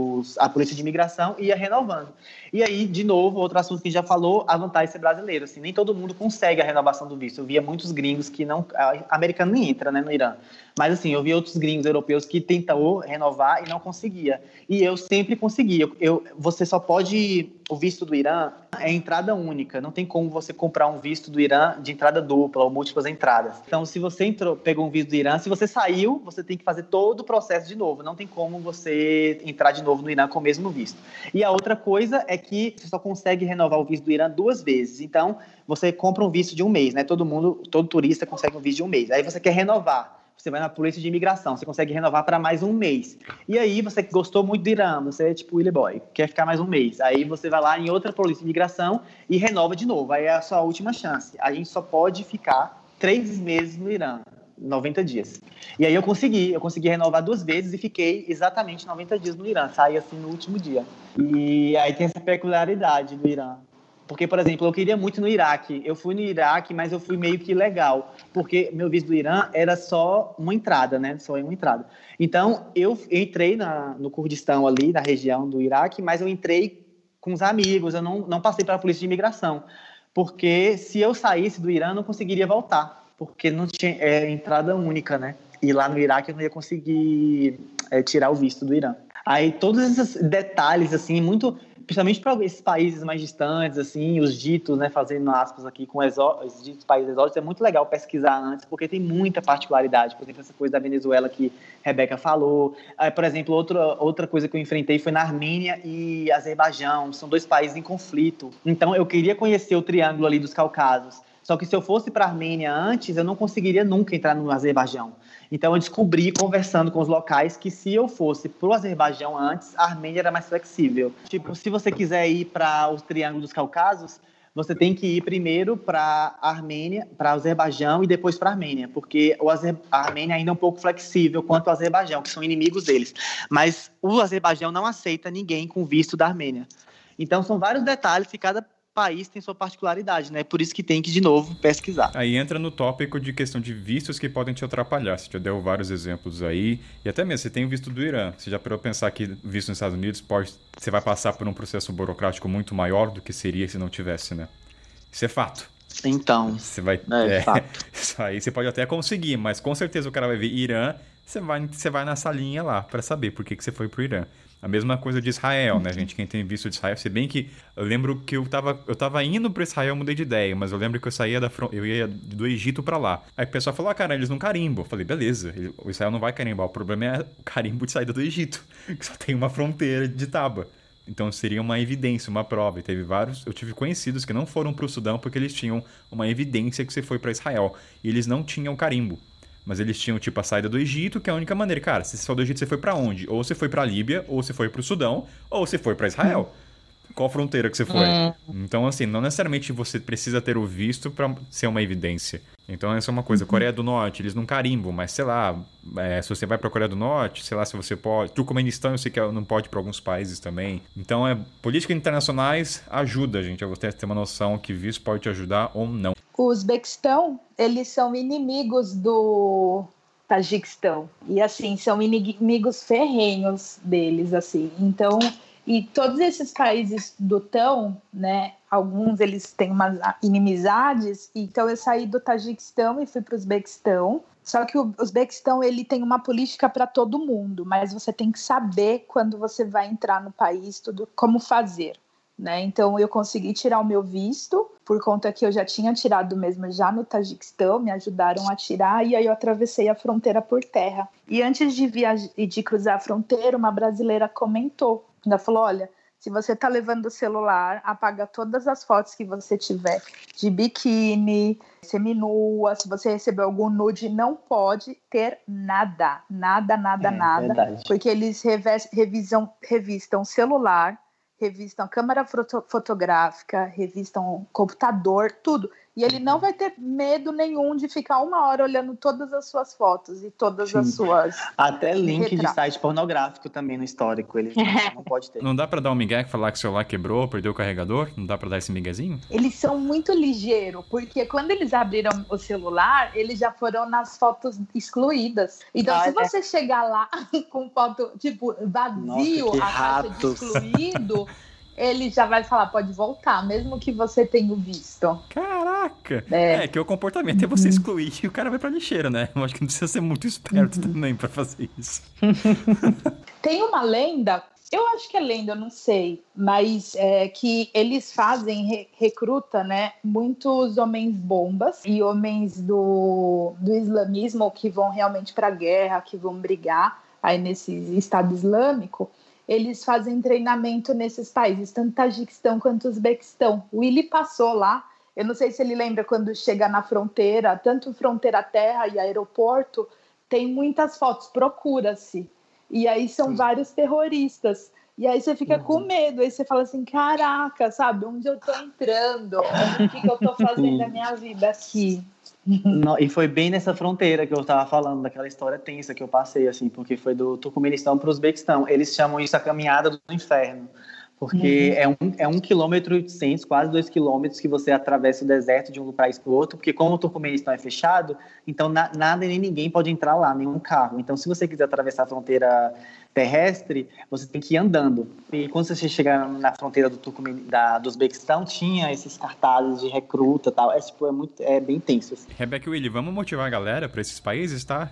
a polícia de imigração e ia renovando. E aí, de novo, outro assunto que a gente já falou, a vantagem de ser brasileiro, assim, nem todo mundo consegue a renovação do visto. Eu via muitos gringos que não... Americano nem entra, né, no Irã. Mas, assim, eu vi outros gringos europeus que tentou renovar e não conseguia. E eu sempre consegui. Você só pode... O visto do Irã é entrada única. Não tem como você comprar um visto do Irã de entrada dupla ou múltiplas entradas. Então, se você pegou um visto do Irã, se você saiu, você tem que fazer todo o processo de novo. Não tem como você entrar de novo no Irã com o mesmo visto. E a outra coisa é que você só consegue renovar o visto do Irã 2 vezes. Então, você compra um visto de 1 mês, né? Todo turista consegue um visto de 1 mês. Aí você quer renovar. Você vai na polícia de imigração, você consegue renovar para mais 1 mês. E aí, você gostou muito do Irã, você é tipo Willy Boy, quer ficar mais 1 mês. Aí você vai lá em outra polícia de imigração e renova de novo. Aí é a sua última chance. A gente só pode ficar 3 meses no Irã, 90 dias. E aí eu consegui renovar 2 vezes e fiquei exatamente 90 dias no Irã. Saí assim no último dia. E aí tem essa peculiaridade do Irã. Porque, por exemplo, eu queria muito no Iraque. Eu fui no Iraque, mas eu fui meio que ilegal. Porque meu visto do Irã era só uma entrada, né? Só uma entrada. Então, eu entrei no Kurdistão ali, na região do Iraque, mas eu entrei com os amigos. Eu não passei pela polícia de imigração. Porque se eu saísse do Irã, eu não conseguiria voltar. Porque não tinha entrada única, né? E lá no Iraque eu não ia conseguir tirar o visto do Irã. Aí, todos esses detalhes, assim, muito... Principalmente para esses países mais distantes, assim, os ditos, né, fazendo aspas aqui com os ditos países exóticos, é muito legal pesquisar antes, porque tem muita particularidade. Por exemplo, essa coisa da Venezuela que Rebeca falou. Por exemplo, outra coisa que eu enfrentei foi na Armênia e Azerbaijão. São 2 países em conflito. Então, eu queria conhecer o triângulo ali dos Cáucasos. Só que se eu fosse para a Armênia antes, eu não conseguiria nunca entrar no Azerbaijão. Então, eu descobri, conversando com os locais, que se eu fosse para o Azerbaijão antes, a Armênia era mais flexível. Tipo, se você quiser ir para o Triângulo dos Cáucasos, você tem que ir primeiro para a Armênia, para o Azerbaijão e depois para a Armênia, porque a Armênia ainda é um pouco flexível quanto ao Azerbaijão, que são inimigos deles. Mas o Azerbaijão não aceita ninguém com visto da Armênia. Então, são vários detalhes que cada país tem sua particularidade, né? Por isso que tem que, de novo, pesquisar. Aí entra no tópico de questão de vistos que podem te atrapalhar. Você já deu vários exemplos aí. E até mesmo, você tem o visto do Irã. Você já parou pensar que visto nos Estados Unidos você vai passar por um processo burocrático muito maior do que seria se não tivesse, né? Isso é fato. Então, você vai, fato. Isso aí você pode até conseguir, mas com certeza o cara vai ver Irã, você vai na salinha lá pra saber por que você foi pro Irã. A mesma coisa de Israel, né, gente? Quem tem visto de Israel, se bem que eu lembro que eu tava indo pra Israel, eu mudei de ideia, mas eu lembro que eu ia do Egito pra lá. Aí o pessoal falou, cara, eles não carimbam. Eu falei, beleza, o Israel não vai carimbar, o problema é o carimbo de saída do Egito, que só tem uma fronteira de tábua. Então seria uma evidência, uma prova. E teve eu tive conhecidos que não foram pro Sudão porque eles tinham uma evidência que você foi pra Israel. E eles não tinham carimbo. Mas eles tinham, tipo, a saída do Egito, que é a única maneira. Cara, se você saiu do Egito, você foi pra onde? Ou você foi pra Líbia, ou você foi pro Sudão, ou você foi pra Israel. Qual fronteira que você foi? Então, assim, não necessariamente você precisa ter o visto pra ser uma evidência. Então, essa é uma coisa. Coreia do Norte, eles não carimbam, mas, sei lá, se você vai pra Coreia do Norte, sei lá se você pode... Turcomenistão, eu sei que não pode pra alguns países também. Então, políticas internacionais ajuda, gente, a você ter uma noção que visto pode te ajudar ou não. O Uzbequistão, eles são inimigos do Tajiquistão. E, assim, são inimigos ferrenhos deles, assim. Então... E todos esses países do TAM, né, alguns eles têm umas inimizades, então eu saí do Tajiquistão e fui para o Uzbequistão, só que o Uzbequistão ele tem uma política para todo mundo, mas você tem que saber quando você vai entrar no país, tudo como fazer, né? Então eu consegui tirar o meu visto, por conta que eu já tinha tirado mesmo já no Tajiquistão, me ajudaram a tirar, e aí eu atravessei a fronteira por terra. E antes de cruzar a fronteira, uma brasileira comentou, ela falou, olha, se você tá levando o celular, apaga todas as fotos que você tiver de biquíni, seminua, se você recebeu algum nude, não pode ter nada, nada, verdade. porque eles revistam celular, revistam câmera fotográfica, revistam computador, tudo. E ele não vai ter medo nenhum de ficar 1 hora olhando todas as suas fotos e todas as suas... Até link de site pornográfico também no histórico, ele não pode ter. Não dá pra dar um migué que falar que o celular quebrou, perdeu o carregador? Não dá pra dar esse miguezinho? Eles são muito ligeiros, porque quando eles abriram o celular, eles já foram nas fotos excluídas. Então, se você chegar lá com foto, tipo, vazio, a caixa de excluído... ele já vai falar, pode voltar, mesmo que você tenha visto. Caraca! Que o comportamento é você excluir e o cara vai pra lixeira, né? Eu acho que não precisa ser muito esperto também pra fazer isso. Tem uma lenda, eu acho que é lenda, eu não sei, mas que eles fazem, recruta, né, muitos homens bombas e homens do islamismo que vão realmente pra guerra, que vão brigar aí nesse Estado Islâmico. Eles fazem treinamento nesses países, tanto Tajiquistão quanto Uzbequistão. O Willy passou lá, eu não sei se ele lembra quando chega na fronteira, tanto fronteira terra e aeroporto, tem muitas fotos, procura-se. E aí são vários terroristas. E aí você fica com medo, aí você fala assim, caraca, sabe, onde eu tô entrando? O que eu tô fazendo na minha vida aqui? Não, e foi bem nessa fronteira que eu estava falando, daquela história tensa que eu passei, assim, porque foi do Turcomenistão para o Uzbequistão. Eles chamam isso a caminhada do inferno, porque é 1,8 km, quase 2 km que você atravessa o deserto de um país para o outro, porque como o Turcomenistão é fechado, então nada e nem ninguém pode entrar lá, nenhum carro. Então, se você quiser atravessar a fronteira terrestre, você tem que ir andando. E quando você chegar na fronteira do Uzbequistão, tinha esses cartazes de recruta e tal. É bem tenso. Assim. Rebecca e Willy, vamos motivar a galera para esses países, tá?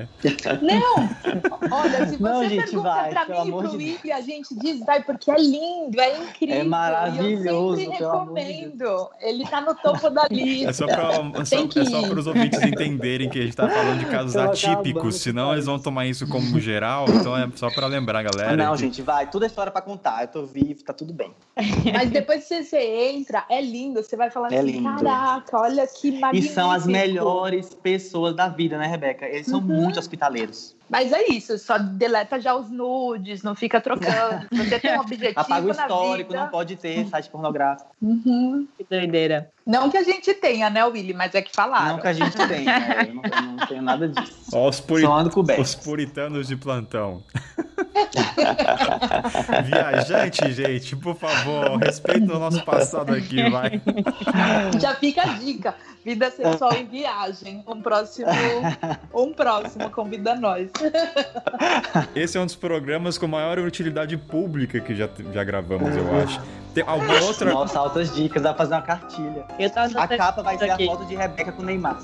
Não! Olha, se você pergunta para mim e pro Willy, a gente diz, vai, porque é lindo, é incrível. É maravilhoso, eu sempre recomendo. Ele tá no topo da lista. É só para os ouvintes entenderem que a gente tá falando de casos atípicos, senão eles vão tomar isso como geral, então é só pra lembrar, galera. Não, gente, vai. Tudo é história pra contar. Eu tô vivo, tá tudo bem. Mas depois que você entra, é lindo. Você vai falar assim, lindo. Caraca, olha que magnífico. E são as melhores pessoas da vida, né, Rebeca? Eles são muito hospitaleiros. Mas é isso, só deleta já os nudes, não fica trocando. Você tem um objetivo apaga o histórico, na vida. Não pode ter site pornográfico. Que doideira. Não que a gente tenha, né, Willy? Mas é que falaram. Não que a gente tenha, eu não tenho nada disso. Ó, os puritanos de plantão. Viajante, gente, por favor, respeita o nosso passado aqui, vai. Já fica a dica. Vida sexual em viagem. Um próximo convida nós. Esse é um dos programas com maior utilidade pública que já gravamos, eu acho. Tem alguma outra... Nossa, altas dicas, dá pra fazer uma cartilha. A capa vai ser a foto de Rebeca com o Neymar.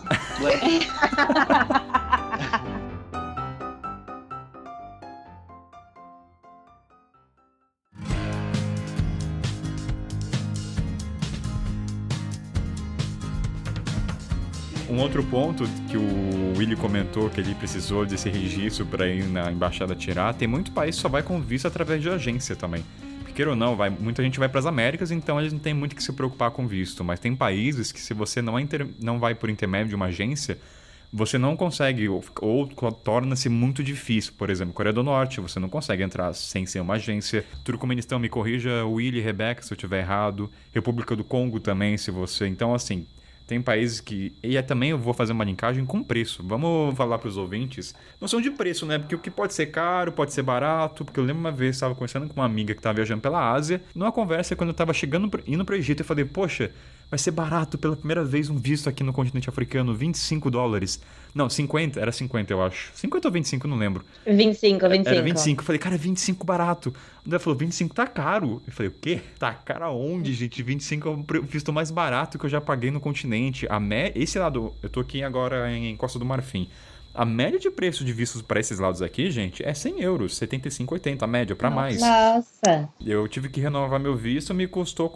Um outro ponto que o Willy comentou que ele precisou desse registro para ir na embaixada tirar, tem muito país que só vai com visto através de agência também. Porque, queira ou não, muita gente vai para as Américas, então eles não têm muito que se preocupar com visto. Mas tem países que se você não vai por intermédio de uma agência, você não consegue, ou torna-se muito difícil. Por exemplo, Coreia do Norte, você não consegue entrar sem ser uma agência. Turcomenistão, me corrija, Willy, Rebeca, se eu estiver errado. República do Congo também, se você... Então, assim... Tem países que... E também eu vou fazer uma linkagem com preço. Vamos falar para os ouvintes. Noção de preço, né? Porque o que pode ser caro, pode ser barato. Porque eu lembro uma vez, estava conversando com uma amiga que estava viajando pela Ásia. Numa conversa, quando eu estava indo para o Egito, eu falei, poxa, vai ser barato pela primeira vez um visto aqui no continente africano. $25. Não, 50. Era 50, eu acho. 50 ou 25, não lembro. 25. Era 25. Eu falei, cara, 25 barato. O André falou, 25 tá caro. Eu falei, o quê? Tá caro aonde, gente? 25 é o visto mais barato que eu já paguei no continente. Esse lado, eu tô aqui agora em Costa do Marfim. A média de preço de vistos para esses lados aqui, gente, é 100 euros, 75, 80, a média, para mais. Nossa! Eu tive que renovar meu visto, me custou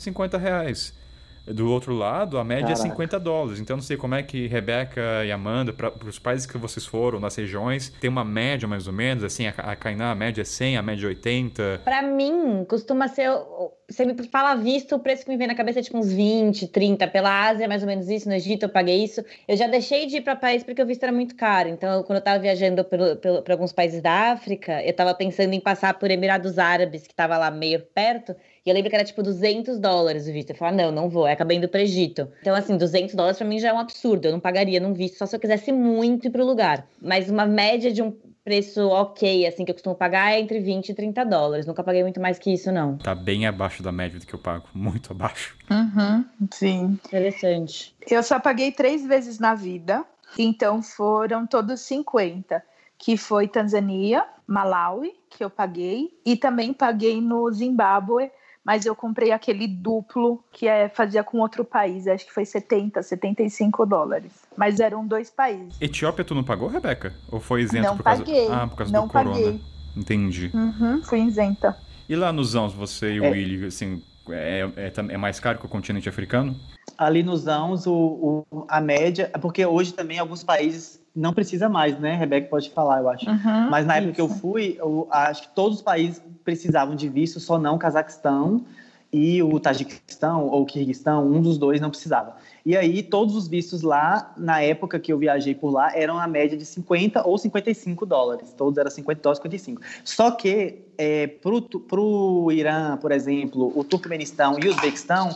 R$450. Do outro lado, a média é $50. Então, não sei como é que Rebeca e Amanda, para os países que vocês foram, nas regiões, tem uma média mais ou menos, assim, a Kainá, a média é 100, a média é 80. Para mim, costuma ser... Você me fala visto, o preço que me vem na cabeça é tipo uns 20, 30. Pela Ásia, mais ou menos isso. No Egito, eu paguei isso. Eu já deixei de ir para país porque o visto era muito caro. Então, quando eu estava viajando para alguns países da África, eu estava pensando em passar por Emirados Árabes, que estava lá meio perto. E eu lembro que era tipo $200 o visto. Eu falei, não vou. Aí acabei indo pro Egito. Então, assim, $200 pra mim já é um absurdo. Eu não pagaria num visto só se eu quisesse muito ir pro lugar. Mas uma média de um preço ok, assim, que eu costumo pagar é entre $20 e $30. Nunca paguei muito mais que isso, não. Tá bem abaixo da média do que eu pago. Muito abaixo. Sim. Interessante. Eu só paguei 3 vezes na vida. Então, foram todos 50. Que foi Tanzânia, Malawi, que eu paguei. E também paguei no Zimbábue. Mas eu comprei aquele duplo que fazia com outro país. Acho que foi $75. Mas eram 2 países. Etiópia tu não pagou, Rebeca? Ou foi isento não por causa... paguei. por causa não do corona? Paguei. Entendi. Fui isenta. E lá nos Zãos, você e o Willy, assim, é mais caro que o continente africano? Ali nos Zãos, a média... Porque hoje também alguns países não precisa mais, né? Rebeca pode falar, eu acho. Mas na época que eu fui, acho que todos os países precisavam de visto, só não o Cazaquistão e o Tajiquistão ou o Quirguistão, um dos dois não precisava. E aí, todos os vistos lá, na época que eu viajei por lá, eram a média de 50 ou $55. Todos eram $50, 55. Só que, pro Irã, por exemplo, o Turcomenistão e o Uzbequistão,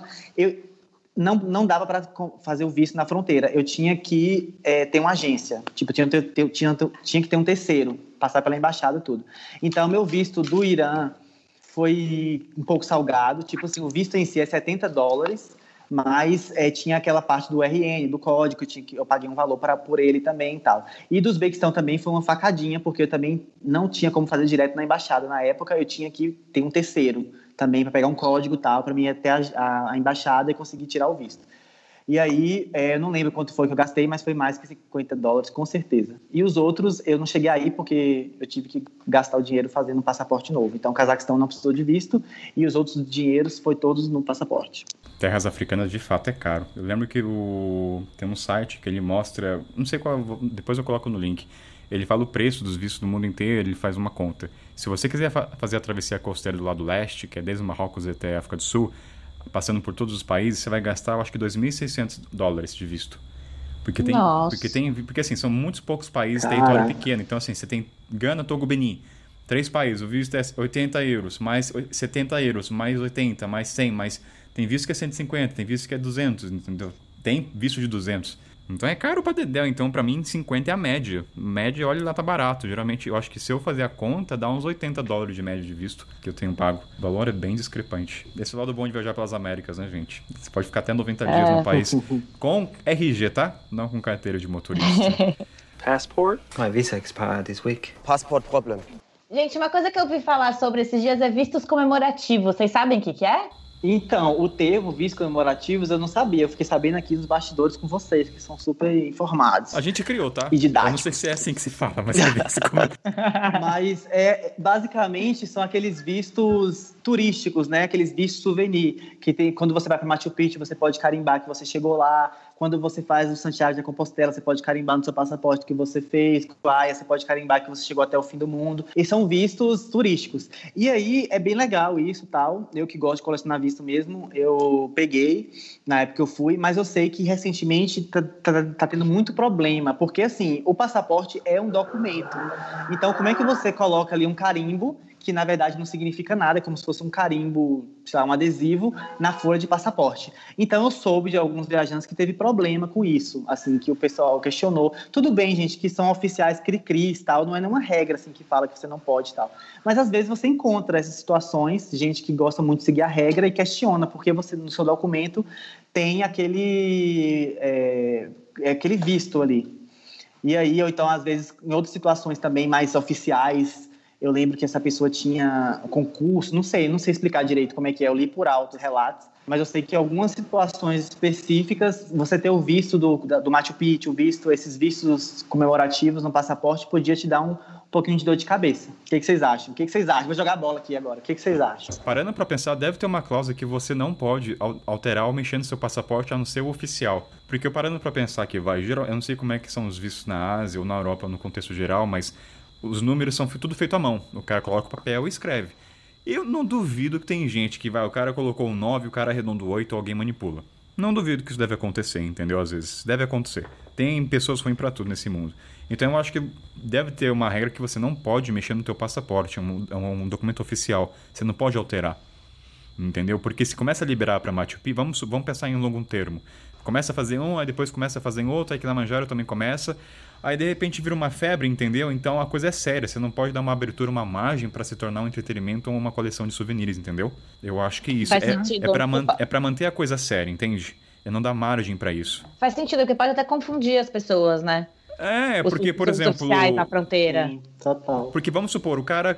não dava para fazer o visto na fronteira. Eu tinha que ter uma agência. Tipo, tinha que ter um terceiro, passar pela embaixada e tudo. Então, meu visto do Irã foi um pouco salgado. Tipo assim, o visto em si é $70, mas tinha aquela parte do RN, do código, eu paguei um valor por ele também e tal. E do Uzbequistão também foi uma facadinha, porque eu também não tinha como fazer direto na embaixada. Na época, eu tinha que ter um terceiro também para pegar um código e tal, para mim ir até a embaixada e conseguir tirar o visto. E aí, eu não lembro quanto foi que eu gastei, mas foi mais que $50, com certeza. E os outros, eu não cheguei aí porque eu tive que gastar o dinheiro fazendo um passaporte novo. Então, o Cazaquistão não precisou de visto e os outros dinheiros foi todos no passaporte. Terras africanas, de fato, é caro. Eu lembro que tem um site que ele mostra, não sei qual, depois eu coloco no link. Ele fala o preço dos vistos do mundo inteiro, ele faz uma conta. Se você quiser fazer a travessia costeira do lado leste, que é desde o Marrocos até a África do Sul, passando por todos os países, você vai gastar, eu acho que $2.600 de visto. Porque assim, são muitos poucos países, território pequeno. Então, assim, você tem Gana, Togo, Benin. 3 países, o visto é €80, mais €70, mais 80, mais 100, mais... Tem visto que é 150, tem visto que é 200, entendeu? Tem visto de 200. Então é caro pra dedéu. Então pra mim 50 é a média. Média, olha lá, tá barato. Geralmente eu acho que se eu fazer a conta, dá uns $80 de média de visto que eu tenho pago. O valor é bem discrepante. Esse é o lado bom de viajar pelas Américas, né, gente? Você pode ficar até 90 dias no país com RG, tá? Não com carteira de motorista. Passport? My visa expired this week. Passport problem. Gente, uma coisa que eu ouvi falar sobre esses dias é vistos comemorativos. Vocês sabem o que é? Então, o termo vistos comemorativos eu não sabia. Eu fiquei sabendo aqui dos bastidores com vocês, que são super informados. A gente criou, tá? E didáticos. Eu não sei se é assim que se fala, mas é visto Mas, basicamente, são aqueles vistos turísticos, né? Aqueles vistos souvenir, que tem, quando você vai para Machu Picchu, você pode carimbar que você chegou lá. Quando você faz o Santiago de Compostela, você pode carimbar no seu passaporte que você fez. Praia, você pode carimbar que você chegou até o fim do mundo. E são vistos turísticos. E aí, é bem legal isso, tal. Eu que gosto de colecionar visto mesmo, eu peguei na época que eu fui, mas eu sei que recentemente tá tendo muito problema, porque assim, o passaporte é um documento. Então, como é que você coloca ali um carimbo, que na verdade não significa nada, é como se fosse um carimbo, sei lá, um adesivo, na folha de passaporte. Então, eu soube de alguns viajantes que teve problema com isso, assim, que o pessoal questionou. Tudo bem, gente, que são oficiais cri-cris, tal, não é nenhuma regra, assim, que fala que você não pode, tal. Mas, às vezes, você encontra essas situações, gente que gosta muito de seguir a regra e questiona, porque você, no seu documento, tem aquele visto ali. E aí, ou então, às vezes, em outras situações também mais oficiais, eu lembro que essa pessoa tinha concurso, não sei explicar direito como é que é, eu li por alto os relatos, mas eu sei que em algumas situações específicas, você ter o visto do Machu Picchu, esses vistos comemorativos no passaporte, podia te dar um pouquinho de dor de cabeça. O que vocês acham? Vou jogar a bola aqui agora. O que vocês acham? Parando pra pensar, deve ter uma cláusula que você não pode alterar ou mexer no seu passaporte a não ser o oficial. Porque eu parando pra pensar que eu não sei como é que são os vistos na Ásia ou na Europa no contexto geral, mas os números são tudo feito à mão. O cara coloca o papel e escreve. Eu não duvido que tem gente que o cara colocou um 9, o cara arredondou 8 ou alguém manipula. Não duvido que isso deve acontecer, entendeu? Às vezes deve acontecer. Tem pessoas ruins pra tudo nesse mundo. Então eu acho que deve ter uma regra que você não pode mexer no teu passaporte. É um documento oficial. Você não pode alterar. Entendeu? Porque se começa a liberar para Machu Picchu, vamos pensar em longo termo. Começa a fazer um, aí depois começa a fazer outro, aí Kilimanjaro também começa. Aí de repente vira uma febre, entendeu? Então a coisa é séria. Você não pode dar uma abertura, uma margem para se tornar um entretenimento ou uma coleção de souvenirs, entendeu? Eu acho que isso é para manter a coisa séria, entende? É não dar margem para isso. Faz sentido, porque pode até confundir as pessoas, né? É, porque, por exemplo... na fronteira. Sim, total. Porque, vamos supor, o cara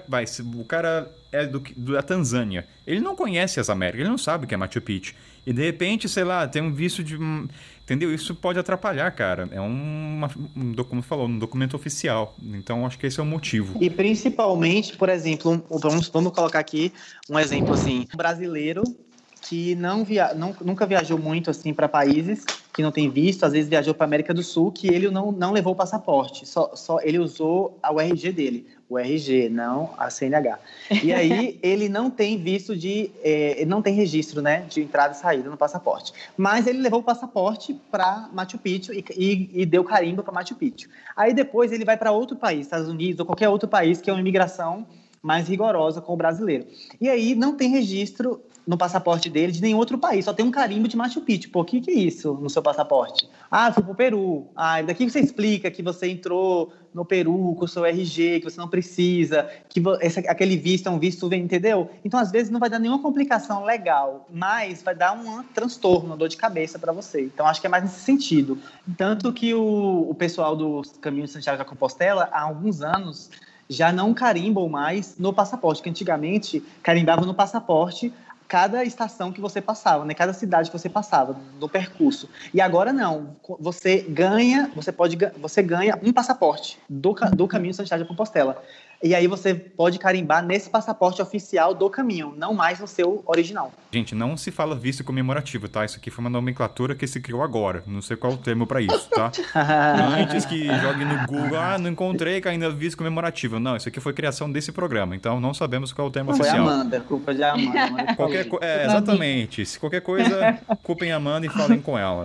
é da Tanzânia. Ele não conhece as Américas, ele não sabe o que é Machu Picchu. E, de repente, sei lá, tem um visto de... Entendeu? Isso pode atrapalhar, cara. É como falou, um documento oficial. Então, acho que esse é o motivo. E, principalmente, por exemplo, vamos colocar aqui um exemplo, assim, um brasileiro que nunca viajou muito assim para países que não tem visto, às vezes viajou para América do Sul, que ele não levou o passaporte, só ele usou o RG dele, o RG, não a CNH. E aí ele não tem visto não tem registro, né, de entrada e saída no passaporte. Mas ele levou o passaporte para Machu Picchu e deu carimbo para Machu Picchu. Aí depois ele vai para outro país, Estados Unidos ou qualquer outro país que é uma imigração mais rigorosa com o brasileiro. E aí não tem registro no passaporte dele de nenhum outro país, só tem um carimbo de Machu Picchu. Pô, o que é isso no seu passaporte? Ah, fui pro Peru. Ah, daqui você explica que você entrou no Peru com o seu RG, que você não precisa, que aquele visto é um visto, entendeu? Então, às vezes, não vai dar nenhuma complicação legal, mas vai dar um transtorno, uma dor de cabeça para você. Então, acho que é mais nesse sentido. Tanto que o pessoal do Caminho de Santiago da Compostela, há alguns anos, já não carimbam mais no passaporte, que antigamente carimbavam no passaporte cada estação que você passava, né? Cada cidade que você passava no percurso. E agora não, você ganha um passaporte do Caminho Santiago de Compostela. E aí você pode carimbar nesse passaporte oficial do caminho, não mais no seu original. Gente, não se fala visto comemorativo, tá? Isso aqui foi uma nomenclatura que se criou agora. Não sei qual é o termo pra isso, tá? Antes que jogue no Google, não encontrei ainda visto comemorativo. Não, isso aqui foi criação desse programa, então não sabemos qual é o termo oficial. Foi Amanda, culpa de Amanda. Exatamente. Se qualquer coisa, culpem a Amanda e falem com ela.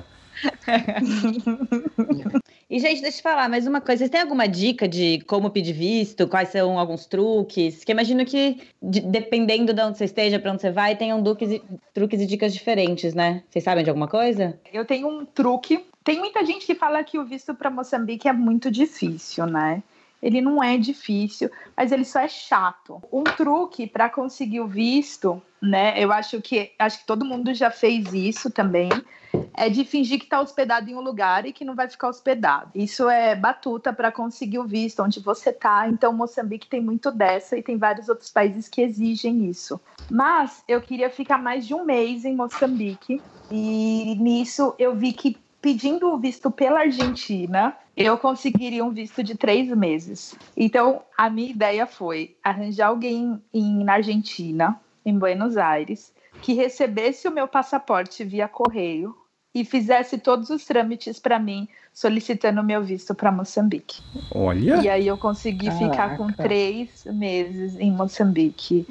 E, gente, deixa eu falar mais uma coisa. Vocês têm alguma dica de como pedir visto? Quais são alguns truques? Que eu imagino que, dependendo de onde você esteja, para onde você vai, tenham truques e dicas diferentes, né? Vocês sabem de alguma coisa? Eu tenho um truque Tem muita gente que fala que o visto para Moçambique é muito difícil, né? Ele não é difícil, mas ele só é chato. Um truque para conseguir o visto, né? Eu acho que todo mundo já fez isso também, é de fingir que está hospedado em um lugar e que não vai ficar hospedado. Isso é batuta para conseguir o visto onde você está. Então, Moçambique tem muito dessa e tem vários outros países que exigem isso. Mas eu queria ficar mais de um mês em Moçambique e nisso eu vi que pedindo o visto pela Argentina, eu conseguiria um visto de 3 meses. Então, a minha ideia foi arranjar alguém na Argentina, em Buenos Aires, que recebesse o meu passaporte via correio e fizesse todos os trâmites para mim, solicitando o meu visto para Moçambique. Olha! E aí eu consegui ficar com 3 meses em Moçambique,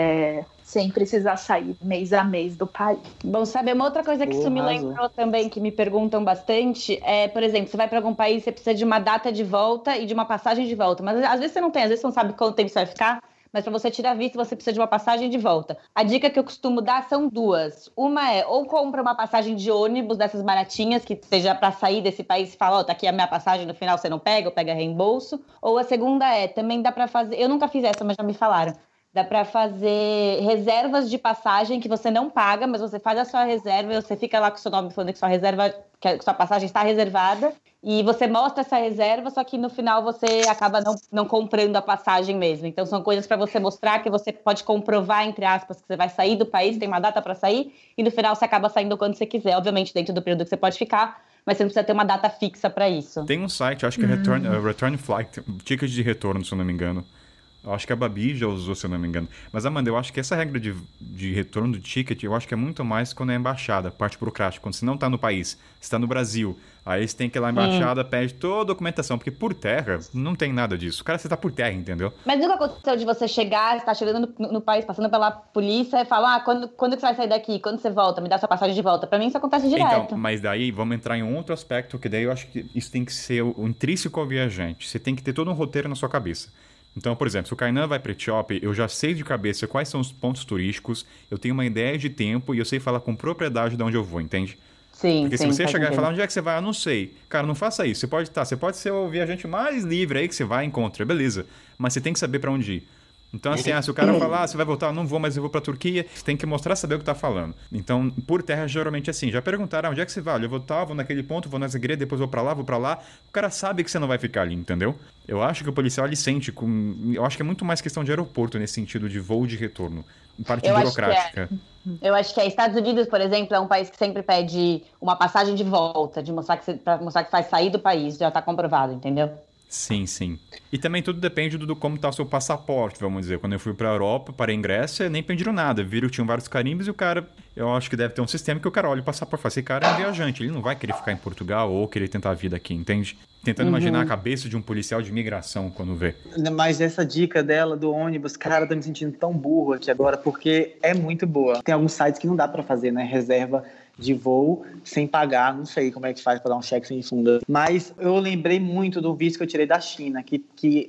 sem precisar sair mês a mês do país. Bom, sabe, uma outra coisa que isso me lembrou também, que me perguntam bastante, é, por exemplo, você vai para algum país, você precisa de uma data de volta e de uma passagem de volta, mas às vezes você não tem, às vezes você não sabe quanto tempo você vai ficar, mas para você tirar visto, você precisa de uma passagem de volta. A dica que eu costumo dar são 2. Uma é, ou compra uma passagem de ônibus dessas baratinhas, que seja para sair desse país e fala, tá aqui a minha passagem, no final você não pega, ou pega reembolso. Ou a segunda é, também dá para fazer, eu nunca fiz essa, mas já me falaram, dá para fazer reservas de passagem que você não paga, mas você faz a sua reserva e você fica lá com o seu nome falando que sua reserva, que sua passagem está reservada, e você mostra essa reserva, só que no final você acaba não comprando a passagem mesmo. Então são coisas para você mostrar que você pode comprovar, entre aspas, que você vai sair do país, tem uma data para sair, e no final você acaba saindo quando você quiser, obviamente dentro do período que você pode ficar, mas você não precisa ter uma data fixa para isso. Tem um site, acho que é Return Flight, ticket de retorno, se eu não me engano. Eu acho que a Babi já usou, se eu não me engano. Mas, Amanda, eu acho que essa regra de retorno do ticket, eu acho que é muito mais quando é embaixada, parte burocrática. Quando você não está no país, você está no Brasil. Aí você tem que ir lá na embaixada, pede toda a documentação. Porque por terra, não tem nada disso. Cara, você está por terra, entendeu? Mas nunca aconteceu de você chegar, você está chegando no país, passando pela polícia e falar, quando que você vai sair daqui? Quando você volta? Me dá sua passagem de volta. Pra mim isso acontece direto. Então, mas daí vamos entrar em um outro aspecto, que daí eu acho que isso tem que ser o intrínseco ao viajante. Você tem que ter todo um roteiro na sua cabeça. Então, por exemplo, se o Kainan vai para Etiópia, eu já sei de cabeça quais são os pontos turísticos, eu tenho uma ideia de tempo e eu sei falar com propriedade de onde eu vou, entende? Sim, porque se você chegar e falar onde é que você vai, eu não sei. Cara, não faça isso. Você pode ser o viajante mais livre aí que você vai e encontra, beleza. Mas você tem que saber para onde ir. Então, assim, se o cara falar, você vai voltar, não vou, mas eu vou pra Turquia, você tem que mostrar, saber o que tá falando. Então, por terra, geralmente é assim, já perguntaram, onde é que você vai? Olha, eu vou naquele ponto, vou nessa igreja, depois vou pra lá. O cara sabe que você não vai ficar ali, entendeu? Eu acho que o policial, ele sente, eu acho que é muito mais questão de aeroporto, nesse sentido de voo de retorno, parte burocrática. Eu acho que é. Estados Unidos, por exemplo, é um país que sempre pede uma passagem de volta, pra mostrar que faz sair do país, já tá comprovado, entendeu? Sim, sim. E também tudo depende do como tá o seu passaporte, vamos dizer. Quando eu fui pra Europa, parei em Grécia, nem pediram nada. Viram que tinham vários carimbos e o cara... Eu acho que deve ter um sistema que o cara olha o passaporte e fala, esse cara é um viajante, ele não vai querer ficar em Portugal ou querer tentar a vida aqui, entende? Tentando imaginar a cabeça de um policial de imigração quando vê. Mas essa dica dela do ônibus, cara, eu tô me sentindo tão burro aqui agora, porque é muito boa. Tem alguns sites que não dá pra fazer, né? Reserva de voo sem pagar, não sei como é que faz para dar um cheque sem funda. Mas eu lembrei muito do visto que eu tirei da China, que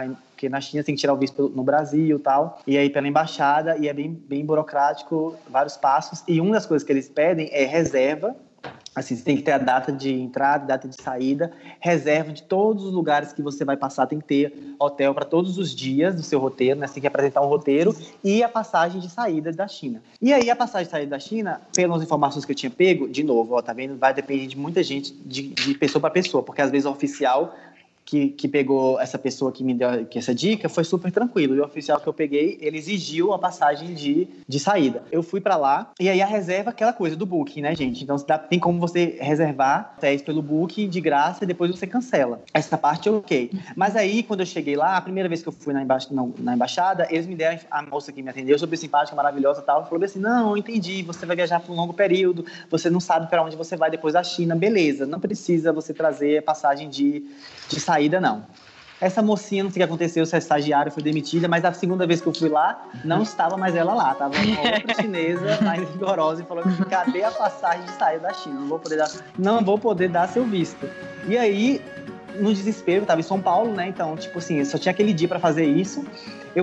na China você tem que tirar o visto no Brasil e tal, e aí pela embaixada, e é bem burocrático, vários passos, e uma das coisas que eles pedem é reserva. Assim, você tem que ter a data de entrada, data de saída, reserva de todos os lugares que você vai passar, tem que ter hotel para todos os dias do seu roteiro, né? Você tem que apresentar um roteiro e a passagem de saída da China. E aí a passagem de saída da China, pelas informações que eu tinha pego, de novo, ó, tá vendo? Vai depender de muita gente, de pessoa para pessoa, porque às vezes o oficial que pegou essa pessoa que me deu essa dica foi super tranquilo. E o oficial que eu peguei, ele exigiu a passagem de saída. Eu fui pra lá, e aí a reserva, aquela coisa do booking, né, gente? Então tem como você reservar hotéis pelo booking de graça e depois você cancela. Essa parte é ok. Mas aí, quando eu cheguei lá, a primeira vez que eu fui na embaixada, eles me deram, a moça que me atendeu, super simpática, maravilhosa e tal, falou assim, não, eu entendi, você vai viajar por um longo período, você não sabe pra onde você vai depois da China, beleza, não precisa você trazer a passagem de saída, não. Essa mocinha, não sei o que aconteceu, se a estagiária foi demitida, mas a segunda vez que eu fui lá, não estava mais ela lá, estava uma outra chinesa mais rigorosa e falou que cadê a passagem de saída da China? Não vou poder dar seu visto. E aí, no desespero, eu estava em São Paulo, né? Então, tipo assim, só tinha aquele dia para fazer isso. Eu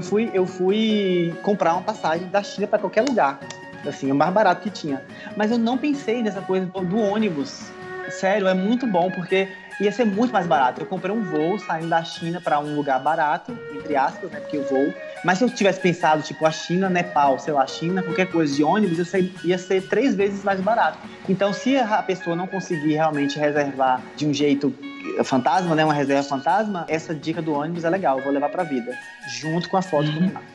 fui comprar uma passagem da China para qualquer lugar, assim, o mais barato que tinha. Mas eu não pensei nessa coisa do ônibus. Sério, é muito bom, porque ia ser muito mais barato. Eu comprei um voo saindo da China para um lugar barato, entre aspas, né? Porque eu vou. Mas se eu tivesse pensado, tipo, a China, Nepal, sei lá, China, qualquer coisa de ônibus, ia ser 3 vezes mais barato. Então, se a pessoa não conseguir realmente reservar de um jeito fantasma, né? Uma reserva fantasma, essa dica do ônibus é legal, eu vou levar pra vida. Junto com a foto do Neymar.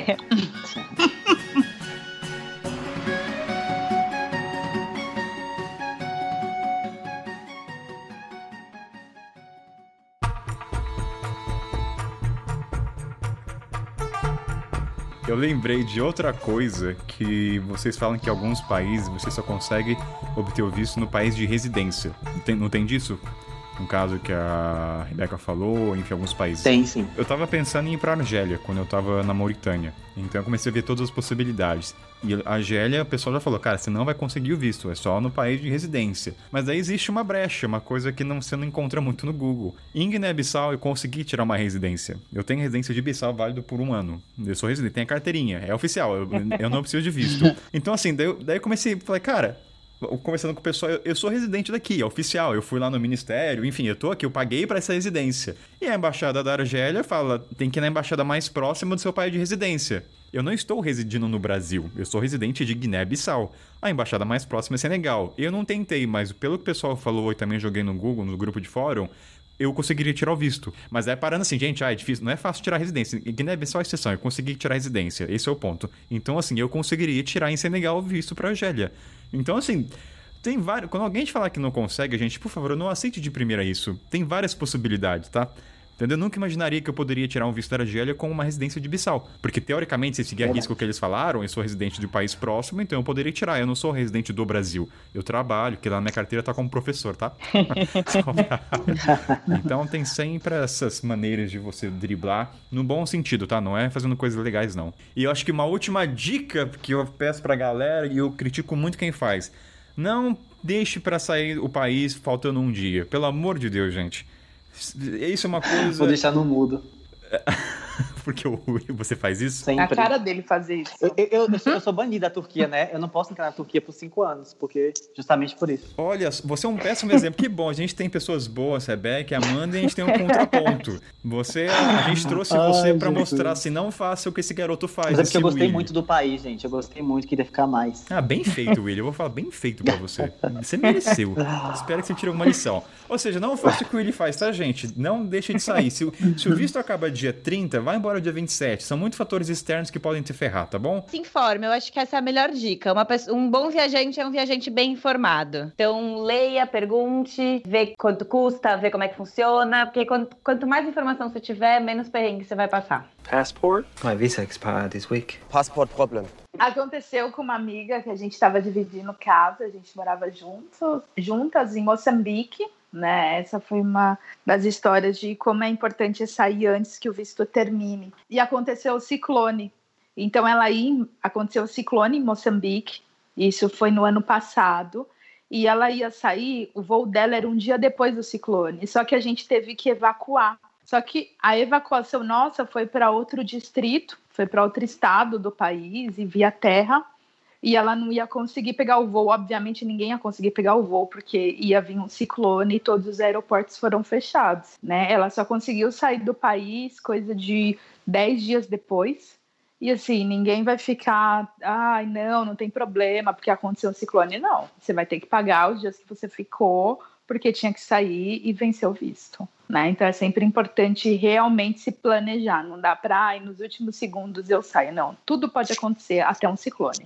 Eu lembrei de outra coisa que vocês falam que em alguns países você só consegue obter o visto no país de residência. Não tem disso? No caso que a Rebeca falou, enfim, alguns países. Tem, sim. Eu tava pensando em ir pra Argélia, quando eu tava na Mauritânia. Então eu comecei a ver todas as possibilidades. E a Argélia, o pessoal já falou, cara, você não vai conseguir o visto, é só no país de residência. Mas daí existe uma brecha, uma coisa que você não encontra muito no Google. Em Guiné-Bissau eu consegui tirar uma residência. Eu tenho residência de Bissau válido por 1 ano. Eu sou residente, tenho a carteirinha, é oficial, eu não preciso de visto. Então assim, daí eu comecei, falei, cara... Conversando com o pessoal, eu sou residente daqui, é oficial, eu fui lá no ministério, enfim, eu tô aqui, eu paguei pra essa residência. E a embaixada da Argélia fala, tem que ir na embaixada mais próxima do seu país de residência. Eu não estou residindo no Brasil, eu sou residente de Guiné-Bissau. A embaixada mais próxima é Senegal. Eu não tentei, mas pelo que o pessoal falou e também joguei no Google, no grupo de fórum, eu conseguiria tirar o visto. Mas é parando assim, gente, é difícil, não é fácil tirar a residência. Guiné-Bissau é exceção, eu consegui tirar a residência, esse é o ponto. Então, assim, eu conseguiria tirar em Senegal o visto pra Argélia. Então, assim, tem vários... Quando alguém te falar que não consegue, gente, por favor, não aceite de primeira isso. Tem várias possibilidades, tá? Entendeu? Eu nunca imaginaria que eu poderia tirar um visto da Argélia com uma residência de Bissau. Porque, teoricamente, se seguir a risco que eles falaram, eu sou residente de um país próximo, então eu poderia tirar. Eu não sou residente do Brasil. Eu trabalho, que lá na minha carteira tá como professor, tá? Então tem sempre essas maneiras de você driblar, no bom sentido, tá? Não é fazendo coisas legais, não. E eu acho que uma última dica que eu peço pra galera, e eu critico muito quem faz, não deixe pra sair o país faltando um dia. Pelo amor de Deus, gente. Isso é uma coisa... Vou deixar no mudo. Porque você faz isso? Sempre. A cara dele fazer isso. Eu sou banido da Turquia, né? Eu não posso entrar na Turquia por 5 anos, porque justamente por isso. Olha, você é um péssimo exemplo. Que bom, a gente tem pessoas boas, Rebeca, Amanda, e a gente tem um contraponto. A gente trouxe você pra mostrar assim, não faça o que esse garoto faz. Mas é porque eu gostei muito do país, gente. Eu gostei muito, queria ficar mais. Ah, bem feito, William. Eu vou falar bem feito pra você. Você mereceu. Espero que você tire uma lição. Ou seja, não faça o que o William faz, tá, gente? Não deixe de sair. Se o visto acaba dia 30, vai embora dia 27. São muitos fatores externos que podem te ferrar, tá bom? Se informe, eu acho que essa é a melhor dica. Um bom viajante é um viajante bem informado. Então, leia, pergunte, vê quanto custa, vê como é que funciona, porque quanto mais informação você tiver, menos perrengue você vai passar. Passport? My visa expired this week. Passport problem. Aconteceu com uma amiga que a gente estava dividindo casa, a gente morava juntas em Moçambique, né? Essa foi uma das histórias de como é importante sair antes que o visto termine. E aconteceu o ciclone. Então aconteceu o ciclone em Moçambique, isso foi no ano passado, e ela ia sair, o voo dela era um dia depois do ciclone, só que a gente teve que evacuar. Só que a evacuação nossa foi para outro distrito, foi para outro estado do país e via terra, e ela não ia conseguir pegar o voo. Obviamente ninguém ia conseguir pegar o voo, porque ia vir um ciclone e todos os aeroportos foram fechados, né? Ela só conseguiu sair do país coisa de 10 dias depois, e assim, ninguém vai ficar, não tem problema, porque aconteceu um ciclone. Não, você vai ter que pagar os dias que você ficou, porque tinha que sair e vencer o visto, né? Então é sempre importante realmente se planejar. Não dá para, nos últimos segundos eu saio. Não, tudo pode acontecer, até um ciclone.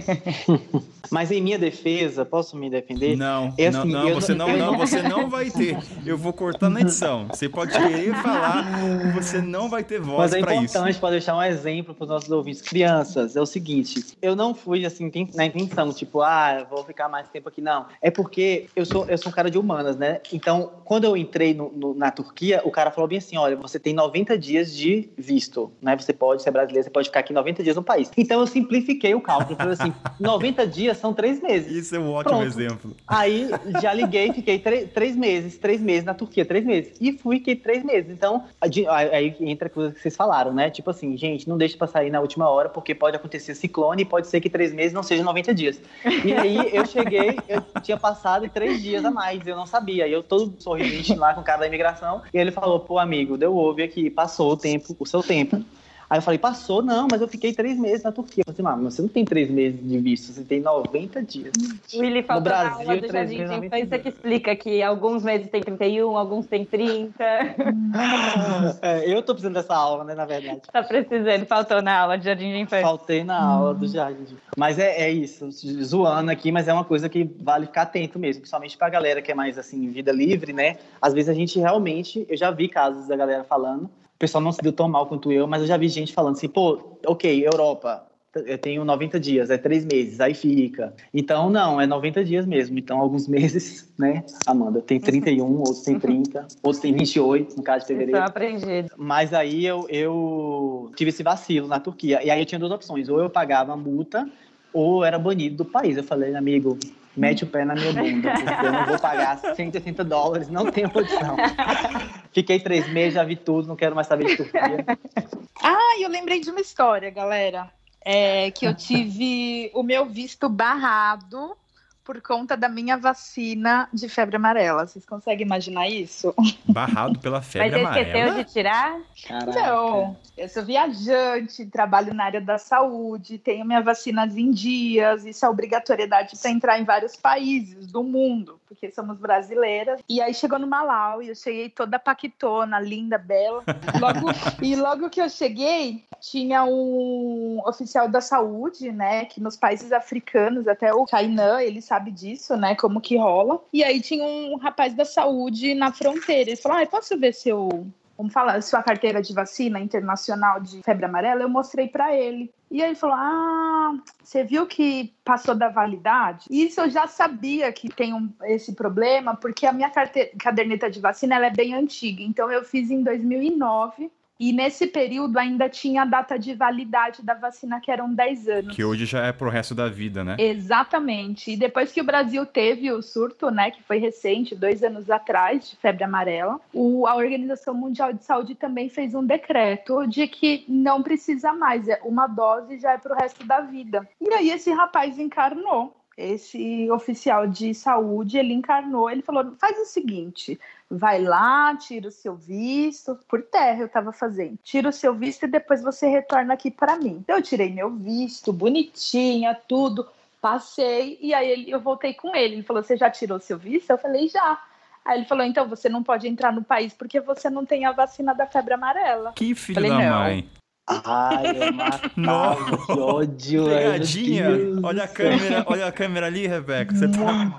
Mas em minha defesa, posso me defender? Não, você não vai ter. Eu vou cortar na edição. Você pode querer falar, você não vai ter voz para isso. Mas é importante para deixar um exemplo para os nossos ouvintes. Crianças, é o seguinte, eu não fui assim na intenção, tipo, vou ficar mais tempo aqui, não. É porque eu sou um cara de humanas, né? Então, quando eu entrei na na Turquia, o cara falou bem assim, olha, você tem 90 dias de visto, né? Você pode ser brasileiro, você pode ficar aqui 90 dias no país. Então eu simplifiquei o cálculo, falei assim, 90 dias são 3 meses. Isso é um ótimo exemplo. Aí já liguei, fiquei 3 meses na Turquia, 3 meses. E fiquei 3 meses. Então, aí entra a coisa que vocês falaram, né? Tipo assim, gente, não deixe pra sair na última hora, porque pode acontecer ciclone e pode ser que 3 meses não seja 90 dias. E aí eu cheguei, eu tinha passado 3 dias a mais, eu não sabia. E eu todo sorridente lá com o cara da imigração, e ele falou, pô, amigo, deu ouve aqui, passou o seu tempo. Aí eu falei, passou? Não, mas eu fiquei 3 meses na Turquia. Eu falei, mas você não tem 3 meses de visto, você tem 90 dias. O Willy faltou no Brasil, na aula do Jardim de Infância que explica que alguns meses tem 31, alguns tem 30. Eu tô precisando dessa aula, né, na verdade. Tá precisando, faltou na aula de Jardim de Infância. Faltei na aula do Jardim. Mas é isso, zoando aqui, mas é uma coisa que vale ficar atento mesmo, principalmente pra galera que é mais, assim, vida livre, né? Às vezes a gente realmente, eu já vi casos da galera falando, o pessoal não se deu tão mal quanto eu, mas eu já vi gente falando assim, pô, ok, Europa, eu tenho 90 dias, é 3 meses, aí fica. Então, não, é 90 dias mesmo. Então, alguns meses, né, Amanda, tem 31, outros tem 30, outros tem 28, no caso de fevereiro. Estou aprendido. Mas aí eu tive esse vacilo na Turquia. E aí eu tinha 2 opções, ou eu pagava a multa, ou eu era banido do país. Eu falei, amigo, mete o pé na minha bunda, porque eu não vou pagar $160, não tem opção. Fiquei 3 meses, já vi tudo, não quero mais saber de Turquia. Eu lembrei de uma história, galera. Que eu tive o meu visto barrado por conta da minha vacina de febre amarela. Vocês conseguem imaginar isso? Barrado pela febre amarela? Mas você esqueceu de tirar? Caraca. Não, eu sou viajante, trabalho na área da saúde, tenho minha vacina em dias, isso é obrigatoriedade para entrar em vários países do mundo, porque somos brasileiras. E aí chegou no Malau e eu cheguei toda paquitona, linda, bela. Logo que eu cheguei, tinha um oficial da saúde, né, que nos países africanos, até o Kainan, ele sabe disso, né, como que rola. E aí tinha um rapaz da saúde na fronteira, ele falou, posso ver vamos falar, sua carteira de vacina internacional de febre amarela? Eu mostrei para ele. E aí ele falou, você viu que passou da validade? Isso eu já sabia que tem esse problema, porque a minha caderneta de vacina ela é bem antiga. Então eu fiz em 2009. E nesse período ainda tinha a data de validade da vacina, que eram 10 anos. Que hoje já é pro resto da vida, né? Exatamente. E depois que o Brasil teve o surto, né, que foi recente, 2 anos atrás, de febre amarela, a Organização Mundial de Saúde também fez um decreto de que não precisa mais, uma dose já é pro resto da vida. E aí esse rapaz encarnou. Esse oficial de saúde, ele encarnou, ele falou, faz o seguinte, vai lá, tira o seu visto, por terra eu tava fazendo, tira o seu visto e depois você retorna aqui para mim. Então eu tirei meu visto, bonitinha, tudo, passei, e aí eu voltei com ele falou, você já tirou o seu visto? Eu falei, já. Aí ele falou, então você não pode entrar no país porque você não tem a vacina da febre amarela. Que filho da mãe. Ai, eu matava, que ódio. Pegadinha. Olha a câmera ali, Rebeca. Você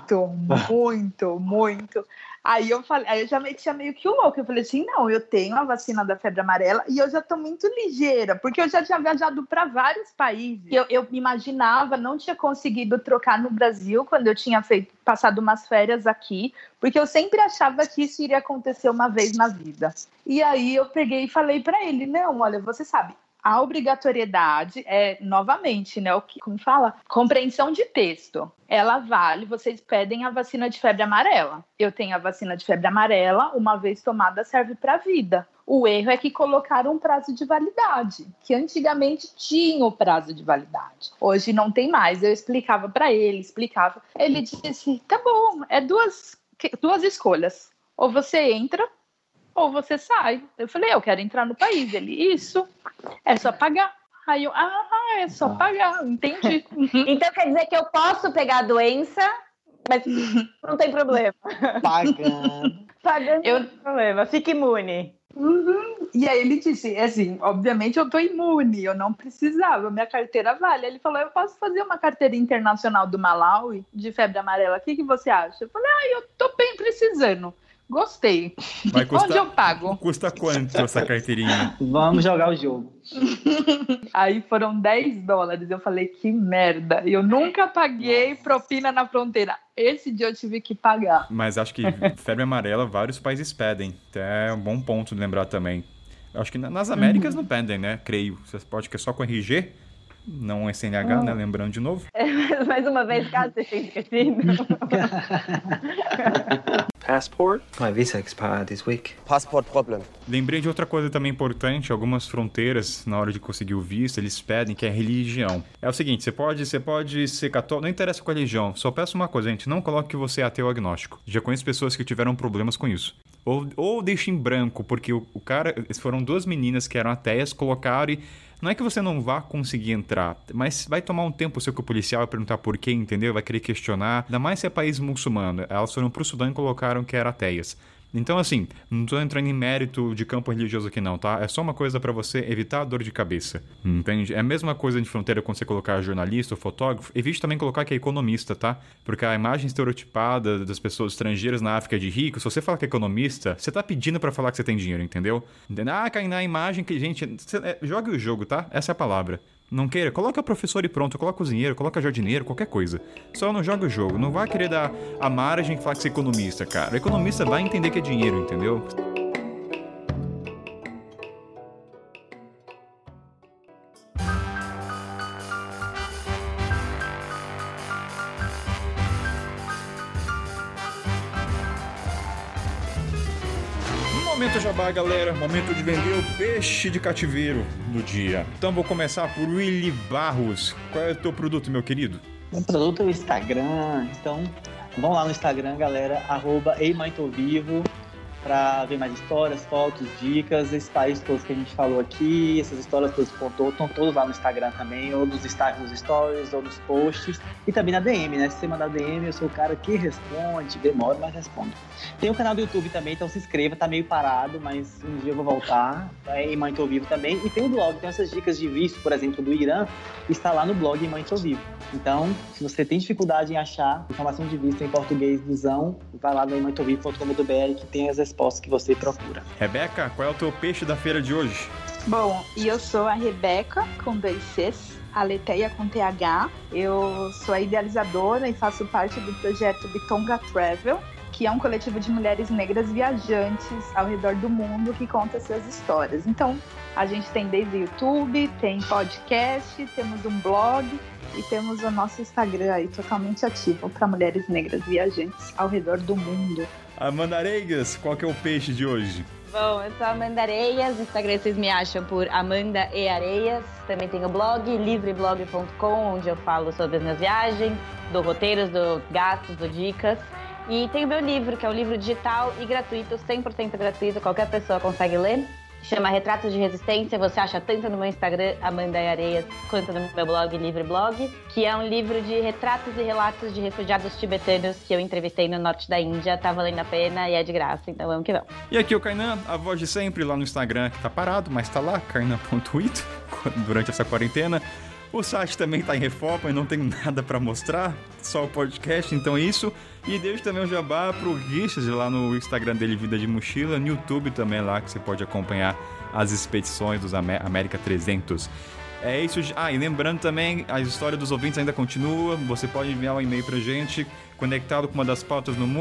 muito. Aí eu já metia meio que o louco. Eu falei assim, não, eu tenho a vacina da febre amarela e eu já tô muito ligeira, porque eu já tinha viajado para vários países. Eu me imaginava, não tinha conseguido trocar no Brasil quando eu tinha passado umas férias aqui, porque eu sempre achava que isso iria acontecer uma vez na vida. E aí eu peguei e falei para ele, não, olha, você sabe, a obrigatoriedade é, novamente, né, como fala? Compreensão de texto. Ela vale, vocês pedem a vacina de febre amarela. Eu tenho a vacina de febre amarela, uma vez tomada serve para a vida. O erro é que colocaram um prazo de validade, que antigamente tinha o prazo de validade. Hoje não tem mais. Eu explicava para ele, Ele disse, tá bom, é duas escolhas. Ou você entra, ou você sai. Eu falei, eu quero entrar no país. Ele, isso, é só pagar. Aí eu, é só pagar, entendi. Então quer dizer que eu posso pegar a doença, mas não tem problema. Pagando Não tem problema, fica imune. Uhum. E aí ele disse, assim, obviamente eu tô imune, eu não precisava, minha carteira vale. Ele falou, eu posso fazer uma carteira internacional do Malawi de febre amarela, o que você acha? Eu falei, eu tô bem precisando. Gostei. Vai custar, onde eu pago? Custa quanto essa carteirinha? Vamos jogar o jogo. Aí foram $10. Eu falei, que merda. Eu nunca paguei propina na fronteira. Esse dia eu tive que pagar. Mas acho que febre amarela vários países pedem. É um bom ponto de lembrar também. Eu acho que nas Américas não pedem, né? Creio. Você pode que é só com RG, não é CNH, né? Lembrando de novo. Mais uma vez, caso você tenha esquecido. Passport? My visa expired this week. Passport problem. Lembrei de outra coisa também importante. Algumas fronteiras, na hora de conseguir o visto, eles pedem que é religião. É o seguinte, você pode ser católico, não interessa qual religião. Só peço uma coisa, gente, não coloque que você é ateu ou agnóstico. Já conheço pessoas que tiveram problemas com isso. Ou deixe em branco, porque o cara... Foram 2 meninas que eram ateias, colocaram e... Não é que você não vá conseguir entrar, mas vai tomar um tempo seu que o policial vai perguntar por quê, entendeu? Vai querer questionar. Ainda mais se é país muçulmano. Elas foram pro Sudão e colocaram que eram ateias. Então, assim, não tô entrando em mérito de campo religioso aqui não, tá? É só uma coisa pra você evitar a dor de cabeça, entende? É a mesma coisa de fronteira quando você colocar jornalista ou fotógrafo. Evite também colocar que é economista, tá? Porque a imagem estereotipada das pessoas estrangeiras na África de rico, se você fala que é economista, você tá pedindo pra falar que você tem dinheiro, entendeu? Ah, cai na imagem que, gente... jogue o jogo, tá? Essa é a palavra. Não queira, coloca professor e pronto, coloca cozinheiro, coloca jardineiro, qualquer coisa. Só não joga o jogo, não vai querer dar a margem e falar que você é economista, cara. O economista vai entender que é dinheiro, entendeu? Momento jabá, galera. Momento de vender o peixe de cativeiro do dia. Então vou começar por Willy Barros. Qual é o teu produto, meu querido? Meu produto é o Instagram. Então, vão lá no Instagram, galera, @eimaitovivo, para ver mais histórias, fotos, dicas, esses países todos que a gente falou aqui, essas histórias todas que contou, estão todos lá no Instagram também, ou nos destaques dos stories, ou nos posts, e também na DM, né? Se você mandar DM, eu sou o cara que responde, demora, mas responde. Tem o canal do YouTube também, então se inscreva, tá meio parado, mas um dia eu vou voltar, em Mãe Tô Vivo também, e tem o blog, tem essas dicas de visto, por exemplo, do Irã, está lá no blog em Mãe Tô Vivo. Então, se você tem dificuldade em achar informação de visto em português dozão, vai lá no mãetovivo.com.br que tem as respostas que você procura. Rebeca, qual é o teu peixe da feira de hoje? Bom, e eu sou a Rebeca, com 2 Cs, a Leteia com TH. Eu sou a idealizadora e faço parte do projeto Bitonga Travel, que é um coletivo de mulheres negras viajantes ao redor do mundo que conta suas histórias. Então, a gente tem desde YouTube, tem podcast, temos um blog e temos o nosso Instagram aí totalmente ativo para mulheres negras viajantes ao redor do mundo. Amanda Areias, qual que é o peixe de hoje? Bom, eu sou a Amanda Areias, no Instagram vocês me acham por Amanda e Areias. Também tenho o blog, livreblog.com, onde eu falo sobre as minhas viagens, dou roteiros, dou gastos, dou dicas. E tem o meu livro, que é um livro digital e gratuito, 100% gratuito, qualquer pessoa consegue ler. Chama Retratos de Resistência, você acha tanto no meu Instagram, Amanda e Areias, quanto no meu blog, Livreblog, que é um livro de retratos e relatos de refugiados tibetanos que eu entrevistei no norte da Índia. Tá valendo a pena e é de graça, então vamos que vamos. E aqui o Kainan, a voz de sempre lá no Instagram, que tá parado, mas tá lá, kainan.it, durante essa quarentena. O site também tá em reforma e não tem nada pra mostrar, só o podcast, então é isso. E deixo também um jabá pro Richard lá no Instagram dele, Vida de Mochila, no YouTube também lá, que você pode acompanhar as expedições dos América 300. É isso. Ah, e lembrando também, a história dos ouvintes ainda continua, você pode enviar um e-mail pra gente, conectado com uma das pautas no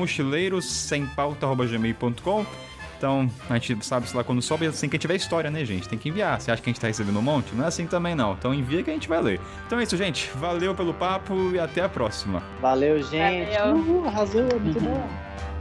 mochileiros.sempauta@gmail.com. Então, a gente sabe, sei lá, quando sobe, assim que tiver história, né, gente? Tem que enviar. Você acha que a gente tá recebendo um monte? Não é assim também, não. Então envia que a gente vai ler. Então é isso, gente. Valeu pelo papo e até a próxima. Valeu, gente. Valeu. Arrasou, muito bom.